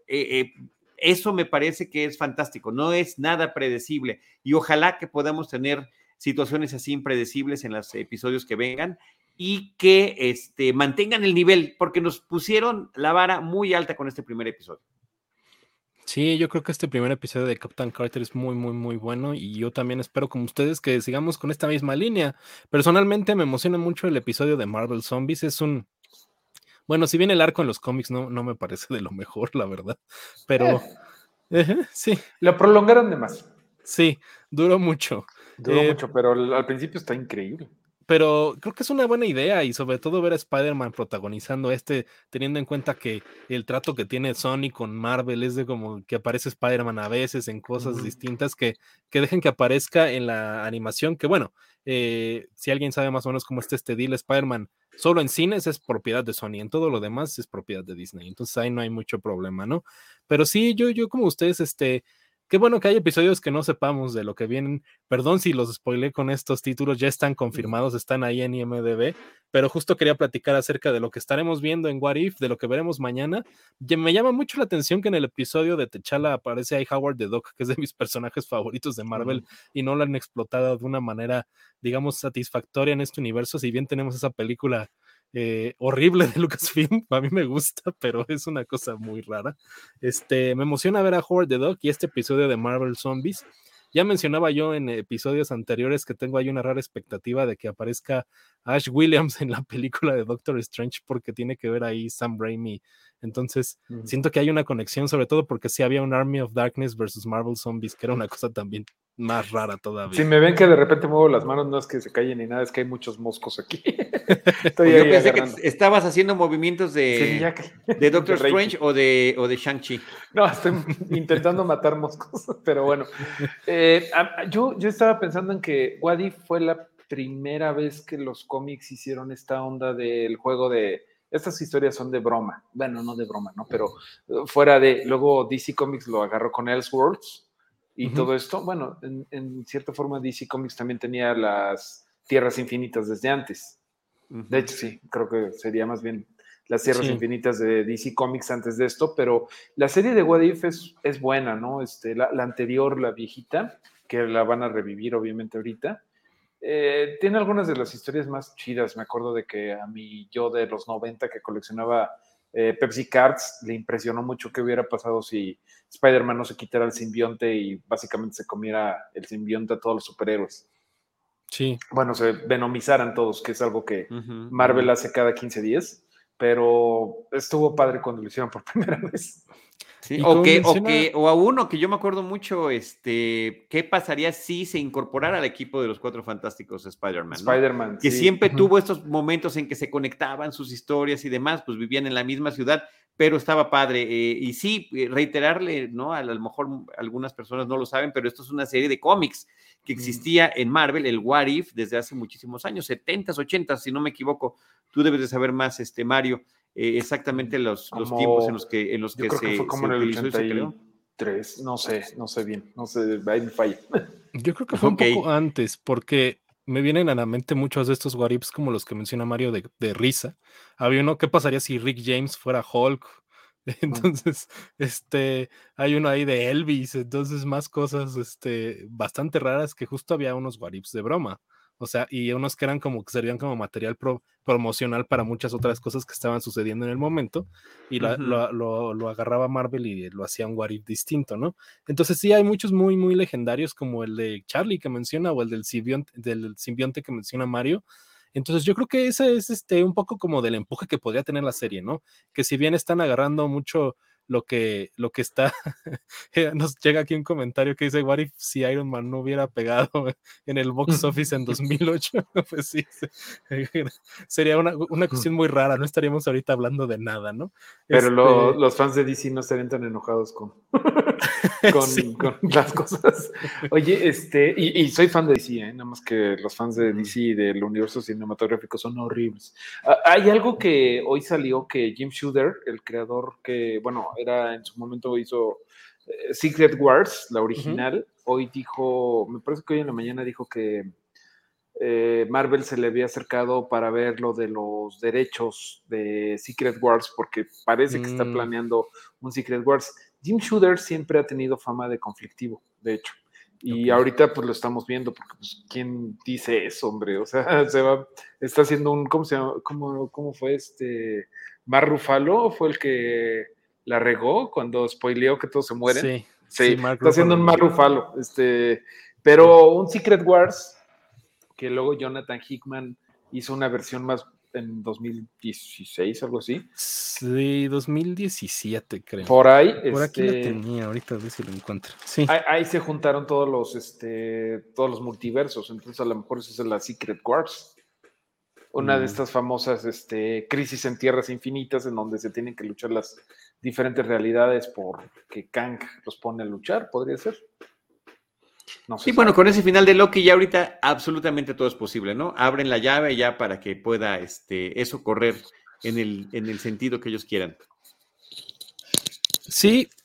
Eso me parece que es fantástico, no es nada predecible y ojalá que podamos tener situaciones así impredecibles en los episodios que vengan y que mantengan el nivel, porque nos pusieron la vara muy alta con este primer episodio. Sí, yo creo que este primer episodio de Captain Carter es muy, muy, muy bueno y yo también espero como ustedes que sigamos con esta misma línea. Personalmente me emociona mucho el episodio de Marvel Zombies, bueno, si bien el arco en los cómics no me parece de lo mejor, la verdad, pero sí. Lo prolongaron de más. Sí, duró mucho. Duró mucho, pero al principio está increíble. Pero creo que es una buena idea y sobre todo ver a Spider-Man protagonizando teniendo en cuenta que el trato que tiene Sony con Marvel es de como que aparece Spider-Man a veces en cosas distintas que dejen que aparezca en la animación, que bueno, si alguien sabe más o menos cómo está este deal, Spider-Man solo en cines es propiedad de Sony, en todo lo demás es propiedad de Disney, entonces ahí no hay mucho problema, ¿no? Pero sí, yo como ustedes, qué bueno que hay episodios que no sepamos de lo que vienen. Perdón si los spoilé con estos títulos, ya están confirmados, están ahí en IMDb, pero justo quería platicar acerca de lo que estaremos viendo en What If, de lo que veremos mañana. Me llama mucho la atención que en el episodio de T'Challa aparece ahí Howard the Duck, que es de mis personajes favoritos de Marvel, y no lo han explotado de una manera, digamos, satisfactoria en este universo, si bien tenemos esa película horrible de Lucasfilm, a mí me gusta, pero es una cosa muy rara. Me emociona ver a Howard the Duck y este episodio de Marvel Zombies. Ya mencionaba yo en episodios anteriores que tengo ahí una rara expectativa de que aparezca Ash Williams en la película de Doctor Strange porque tiene que ver ahí Sam Raimi. Entonces, siento que hay una conexión, sobre todo porque sí había un Army of Darkness versus Marvel Zombies, que era una cosa también más rara todavía. Si me ven que de repente muevo las manos, no es que se callen ni nada, es que hay muchos moscos aquí. Estoy yo pensé agarrando. Que estabas haciendo movimientos de Doctor Strange o de Shang-Chi. No, estoy intentando matar moscos, pero bueno. Yo estaba pensando en que What If fue la primera vez que los cómics hicieron esta onda del juego de... Estas historias son de broma. Bueno, no de broma, ¿no? Pero fuera de... Luego DC Comics lo agarró con Elseworlds y todo esto. Bueno, en cierta forma DC Comics también tenía las Tierras Infinitas desde antes. De hecho, sí, creo que sería más bien las Tierras Infinitas de DC Comics antes de esto, pero la serie de What If es buena, ¿no? La anterior, la viejita, que la van a revivir obviamente ahorita, tiene algunas de las historias más chidas. Me acuerdo de que a mí, yo de los 90 que coleccionaba Pepsi Cards, le impresionó mucho qué hubiera pasado si Spider-Man no se quitara el simbionte y básicamente se comiera el simbionte a todos los superhéroes. Sí. Bueno, se venomizaran todos, que es algo que Marvel hace cada 15 días, pero estuvo padre cuando lo hicieron por primera vez. Sí, o a uno que yo me acuerdo mucho, ¿qué pasaría si se incorporara al equipo de los Cuatro Fantásticos Spider-Man? Spider-Man, que siempre tuvo estos momentos en que se conectaban sus historias y demás, pues vivían en la misma ciudad, pero estaba padre. Y sí, reiterarle, ¿no? A lo mejor algunas personas no lo saben, pero esto es una serie de cómics que existía en Marvel, el What If, desde hace muchísimos años, 70s, 80s, si no me equivoco. Tú debes de saber más, Mario. Exactamente los tiempos en los que yo creo que fue como en el 83, no sé bien, no sé, ahí me falla. Yo creo que fue un poco antes, porque me vienen a la mente muchos de estos what ifs como los que menciona Mario de risa. Había uno, ¿qué pasaría si Rick James fuera Hulk? Entonces, hay uno ahí de Elvis, entonces más cosas, bastante raras, que justo había unos what ifs de broma. O sea, y unos que eran como que servían como material promocional para muchas otras cosas que estaban sucediendo en el momento, y lo agarraba Marvel y lo hacía un what if distinto, ¿no? Entonces sí, hay muchos muy, muy legendarios, como el de Charlie que menciona, o el del simbionte que menciona Mario. Entonces yo creo que ese es un poco como del empuje que podría tener la serie, ¿no? Que si bien están agarrando mucho lo que está, nos llega aquí un comentario que dice, what if si Iron Man no hubiera pegado en el box office en 2008? Pues sí, sería una cuestión muy rara, no estaríamos ahorita hablando de nada, ¿no? Pero los fans de DC no estarían tan enojados con las cosas. Oye, y soy fan de DC, nada más que los fans de DC y del universo cinematográfico son horribles. Hay algo que hoy salió que Jim Shooter, el creador que, bueno, era en su momento hizo Secret Wars, la original, hoy dijo, me parece que hoy en la mañana dijo que Marvel se le había acercado para ver lo de los derechos de Secret Wars, porque parece que está planeando un Secret Wars. Jim Shooter siempre ha tenido fama de conflictivo, de hecho. Y ahorita pues lo estamos viendo, porque pues, ¿quién dice eso, hombre? O sea, está haciendo un, ¿cómo se llama? ¿Cómo fue Mark Ruffalo fue el que la regó cuando spoileó que todos se mueren? Sí, está haciendo un Mark Ruffalo. Pero un Secret Wars, que luego Jonathan Hickman hizo una versión más en 2016, algo así. Sí, 2017, creo. Por ahí. Por aquí la tenía, ahorita a ver si lo encuentro. Sí. Ahí se juntaron todos los multiversos, entonces a lo mejor esa es la Secret Wars. Una de estas famosas crisis en tierras infinitas, en donde se tienen que luchar las diferentes realidades porque Kang los pone a luchar, podría ser. No sé. Sí, bueno, con ese final de Loki ya ahorita absolutamente todo es posible, ¿no? Abren la llave ya para que pueda eso correr en el sentido que ellos quieran. Sí,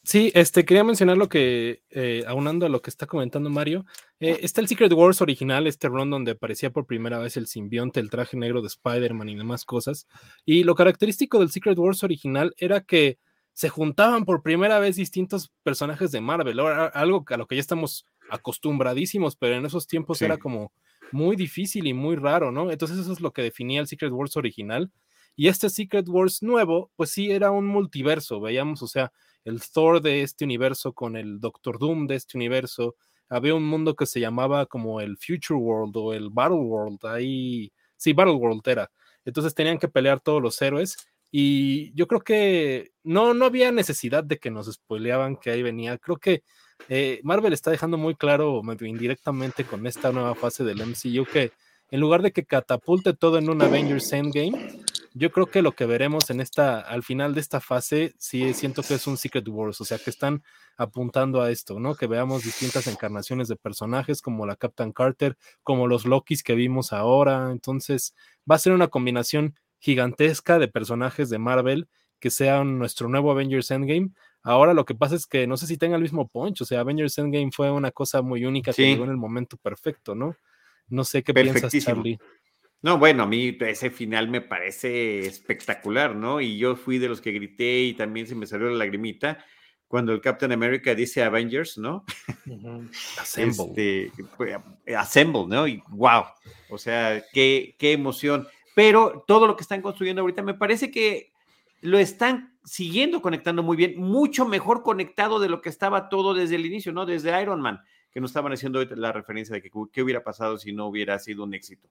Sí, quería mencionar lo que, aunando a lo que está comentando Mario, está el Secret Wars original, run donde aparecía por primera vez el simbionte, el traje negro de Spider-Man y demás cosas, y lo característico del Secret Wars original era que se juntaban por primera vez distintos personajes de Marvel, algo a lo que ya estamos acostumbradísimos, pero en esos tiempos Sí. era como muy difícil y muy raro, ¿no? Entonces eso es lo que definía el Secret Wars original, y este Secret Wars nuevo, pues sí era un multiverso, veíamos, o sea, el Thor de este universo con el Doctor Doom de este universo. Había un mundo que se llamaba como el Future World o el Battle World, ahí, sí, Battle World era. Entonces tenían que pelear todos los héroes y yo creo que no había necesidad de que nos spoileaban que ahí venía. Creo que Marvel está dejando muy claro, medio indirectamente con esta nueva fase del MCU, que en lugar de que catapulte todo en un Avengers Endgame, yo creo que lo que veremos al final de esta fase, sí siento que es un Secret Wars, o sea que están apuntando a esto, ¿no? Que veamos distintas encarnaciones de personajes como la Captain Carter, como los Lokis que vimos ahora, entonces va a ser una combinación gigantesca de personajes de Marvel que sean nuestro nuevo Avengers Endgame. Ahora lo que pasa es que no sé si tenga el mismo punch, o sea, Avengers Endgame fue una cosa muy única que llegó en Sí, el momento perfecto, ¿no? No sé qué piensas, perfectísimo. Charlie. No, bueno, a mí ese final me parece espectacular, ¿no? Y yo fui de los que grité y también se me salió la lagrimita cuando el Captain America dice Avengers, ¿no? Assemble. Pues, Assemble, ¿no? Y wow, o sea, qué emoción. Pero todo lo que están construyendo ahorita me parece que lo están siguiendo conectando muy bien, mucho mejor conectado de lo que estaba todo desde el inicio, ¿no? Desde Iron Man, que nos estaban haciendo la referencia de que qué hubiera pasado si no hubiera sido un éxito.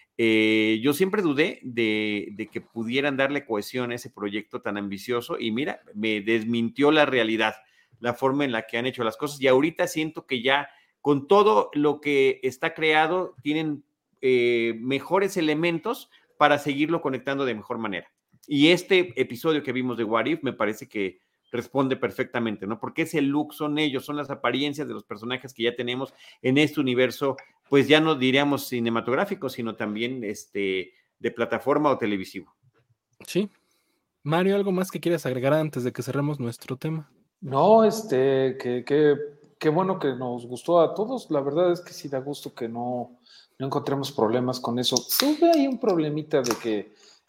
Yo siempre dudé de que pudieran darle cohesión a ese proyecto tan ambicioso y mira, me desmintió la realidad, la forma en la que han hecho las cosas y ahorita siento que ya con todo lo que está creado tienen mejores elementos para seguirlo conectando de mejor manera. Y este episodio que vimos de What If me parece que responde perfectamente, ¿no? Porque ese look son ellos, son las apariencias de los personajes que ya tenemos en este universo, pues ya no diríamos cinematográfico, sino también de plataforma o televisivo. Sí. Mario, ¿algo más que quieras agregar antes de que cerremos nuestro tema? No, qué bueno que nos gustó a todos. La verdad es que sí da gusto que no encontremos problemas con eso. Tuve ahí un problemita de que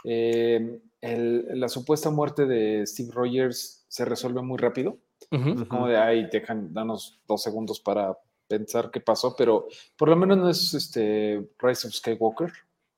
la supuesta muerte de Steve Rogers se resuelve muy rápido. Fue como de, ay, danos 2 segundos para pensar qué pasó, pero por lo menos no es Rise of Skywalker.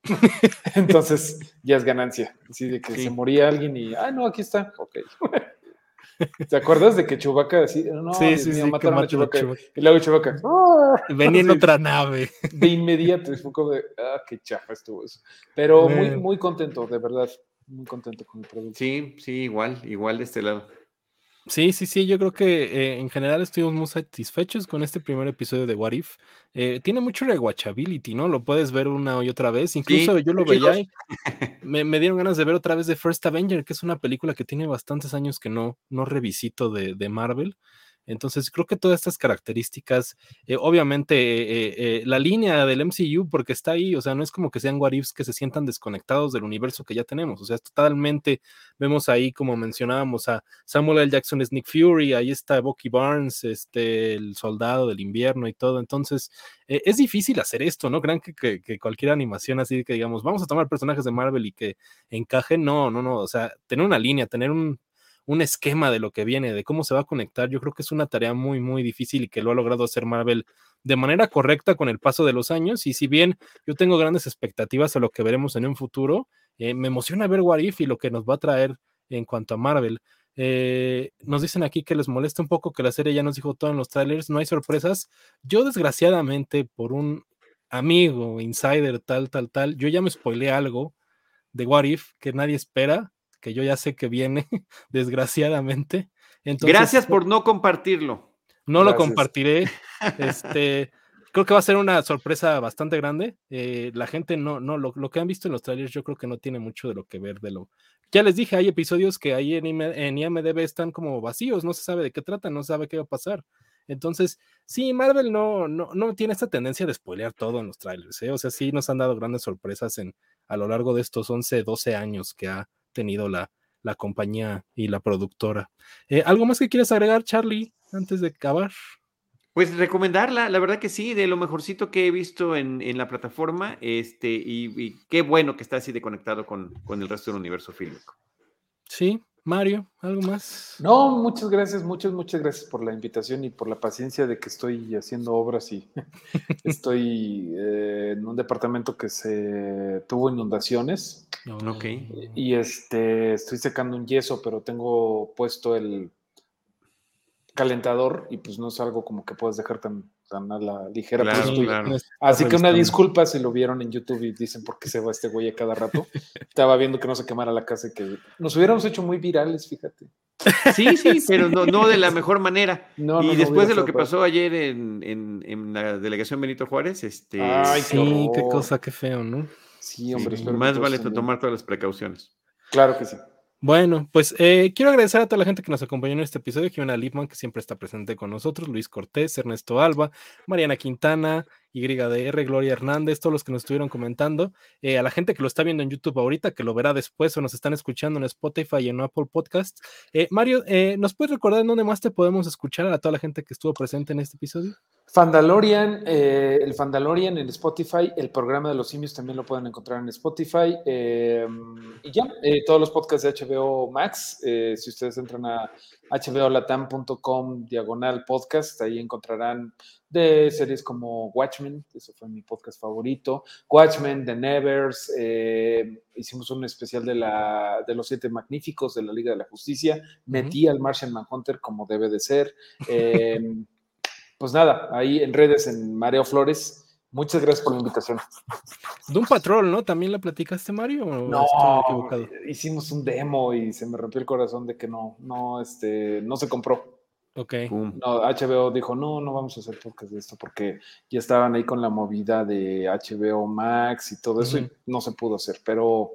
Entonces ya es ganancia. Así de que Sí. se moría alguien y, no, aquí está. Ok. ¿Te acuerdas de que Chewbacca decía, no, Sí, Dios mío, sí, que mataron a maten a Chewbacca? Chewbacca. Y luego Chewbacca, Venía en así, otra nave. de inmediato. Fue como de, qué chafa estuvo eso. Pero muy, Man. muy contento, de verdad. Muy contento con el producto. Sí, igual de este lado. Sí, yo creo que en general estuvimos muy satisfechos con este primer episodio de What If. Tiene mucho rewatchability, ¿no? Lo puedes ver una y otra vez. Sí, Incluso yo lo chicos. veía y me dieron ganas de ver otra vez The First Avenger, que es una película que tiene bastantes años que no revisito de Marvel. Entonces, creo que todas estas características, obviamente, la línea del MCU, porque está ahí, o sea, no es como que sean what ifs que se sientan desconectados del universo que ya tenemos, o sea, es totalmente, vemos ahí, como mencionábamos, a Samuel L. Jackson es Nick Fury, ahí está Bucky Barnes, el soldado del invierno y todo, entonces, es difícil hacer esto, ¿no? Crean que cualquier animación así que digamos, vamos a tomar personajes de Marvel y que encajen, no, o sea, tener una línea, tener un esquema de lo que viene, de cómo se va a conectar, yo creo que es una tarea muy, muy difícil y que lo ha logrado hacer Marvel de manera correcta con el paso de los años. Y si bien yo tengo grandes expectativas a lo que veremos en un futuro, me emociona ver What If y lo que nos va a traer en cuanto a Marvel. Nos dicen aquí que les molesta un poco que la serie ya nos dijo todo en los trailers, no hay sorpresas. Yo, desgraciadamente, por un amigo, insider, tal, yo ya me spoileé algo de What If que nadie espera, que yo ya sé que viene, desgraciadamente. Entonces, Gracias por no compartirlo. no lo Gracias. compartiré. Creo que va a ser una sorpresa bastante grande. La gente lo que han visto en los trailers, yo creo que no tiene mucho de lo que ver de lo. Ya les dije, hay episodios que ahí en IMDb están como vacíos, no se sabe de qué tratan, no se sabe qué va a pasar. Entonces, sí, Marvel no tiene esta tendencia de spoilear todo en los trailers, ¿eh? O sea, sí nos han dado grandes sorpresas a lo largo de estos 11, 12 años que ha tenido la la compañía y la productora. ¿Algo más que quieres agregar, Charlie, antes de acabar? Pues recomendarla, la verdad que sí, de lo mejorcito que he visto en la plataforma, y qué bueno que está así de conectado con el resto del universo fílmico. Sí, Mario, ¿algo más? No, muchas gracias por la invitación y por la paciencia de que estoy haciendo obras y estoy en un departamento que se tuvo inundaciones Ok. y estoy secando un yeso, pero tengo puesto el calentador y pues no es algo como que puedas dejar tan a la ligera. Claro, Por eso claro. Así que una disculpa si lo vieron en YouTube y dicen por qué se va este güey a cada rato. Estaba viendo que no se quemara la casa y que nos hubiéramos hecho muy virales, fíjate. Sí, pero no de la mejor manera. No, y no, después de hubiera lo que estado pasó ayer en la delegación Benito Juárez, Ay, Sí, qué horror. cosa, qué feo, ¿no? Sí, hombre, Sí. espero que más todos vale estén bien. tomar todas las precauciones. Claro que sí. Bueno, pues quiero agradecer a toda la gente que nos acompañó en este episodio, Jimena Lipman, que siempre está presente con nosotros, Luis Cortés, Ernesto Alba, Mariana Quintana, YDR, Gloria Hernández, todos los que nos estuvieron comentando, a la gente que lo está viendo en YouTube ahorita, que lo verá después o nos están escuchando en Spotify y en Apple Podcasts. Mario, ¿nos puedes recordar en dónde más te podemos escuchar a toda la gente que estuvo presente en este episodio? Fandalorian, el Fandalorian en Spotify, el programa de los simios también lo pueden encontrar en Spotify. Y ya, todos los podcasts de HBO Max, si ustedes entran a hbolatam.com/podcast, ahí encontrarán de series como Watchmen, eso fue mi podcast favorito, Watchmen, The Nevers, hicimos un especial de los 7 magníficos de la Liga de la Justicia, metí al Martian Manhunter como debe de ser. Pues nada, ahí en redes, en Mareo Flores. Muchas gracias por la invitación. Doom Patrol, ¿no? ¿También la platicaste, Mario? ¿O No, estoy equivocado? hicimos un demo y se me rompió el corazón de que no se compró. Ok. No, HBO dijo, no vamos a hacer podcast de esto porque ya estaban ahí con la movida de HBO Max y todo eso y no se pudo hacer, pero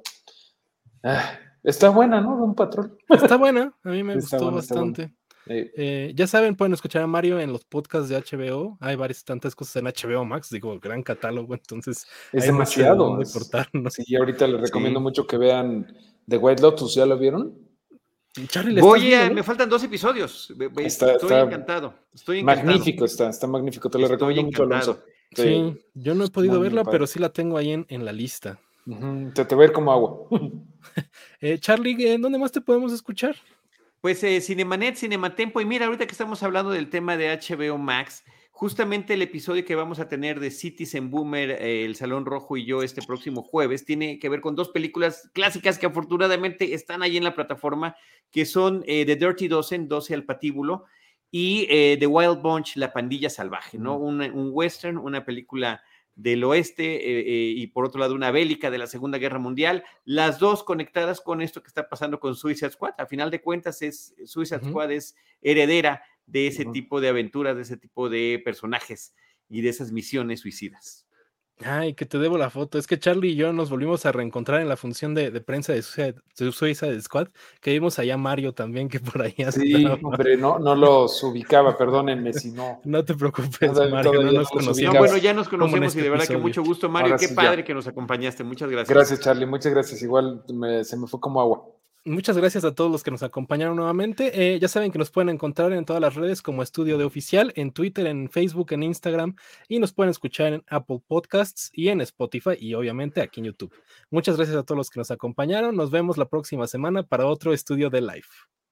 está buena, ¿no? Doom Patrol. Está buena, a mí me gustó buena, bastante. Ya saben, pueden escuchar a Mario en los podcasts de HBO. Hay tantas cosas en HBO Max, digo, gran catálogo, entonces es hay demasiado. mucho de dónde cortar, ¿no? Sí, ahorita les recomiendo mucho que vean The White Lotus, ¿ya lo vieron? Charlie, ¿no? Me faltan 2 episodios. Está Encantado. Estoy encantado. Magnífico, está magnífico. Te lo recomiendo mucho, Alonso. Sí, yo no he podido verla, pero sí la tengo ahí en la lista. Te va a ir como agua. Charlie, ¿en dónde más te podemos escuchar? Pues Cinemanet, Cinematempo, y mira, ahorita que estamos hablando del tema de HBO Max, justamente el episodio que vamos a tener de Citizen Boomer, El Salón Rojo y yo este próximo jueves, tiene que ver con 2 películas clásicas que afortunadamente están ahí en la plataforma, que son The Dirty Dozen, 12 al patíbulo, y The Wild Bunch, La Pandilla Salvaje, ¿no? Un western, una película del oeste y por otro lado una bélica de la Segunda Guerra Mundial, las dos conectadas con esto que está pasando con Suicide Squad. A final de cuentas, Suicide Squad es heredera de ese tipo de aventuras, de ese tipo de personajes y de esas misiones suicidas. Ay, que te debo la foto. Es que Charlie y yo nos volvimos a reencontrar en la función de prensa de Suicide Squad, que vimos allá Mario también, que por ahí Sí, andaba. hombre, no los ubicaba, perdónenme si no. No te preocupes, Mario, no nos conocíamos. No, bueno, ya nos conocemos y de verdad que mucho gusto, Mario. Qué padre que nos acompañaste. Muchas gracias. Gracias, Charlie, muchas gracias. Igual se me fue como agua. Muchas gracias a todos los que nos acompañaron nuevamente. Ya saben que nos pueden encontrar en todas las redes como Estudio de Oficial, en Twitter, en Facebook, en Instagram, y nos pueden escuchar en Apple Podcasts y en Spotify y obviamente aquí en YouTube. Muchas gracias a todos los que nos acompañaron. Nos vemos la próxima semana para otro Estudio de Live.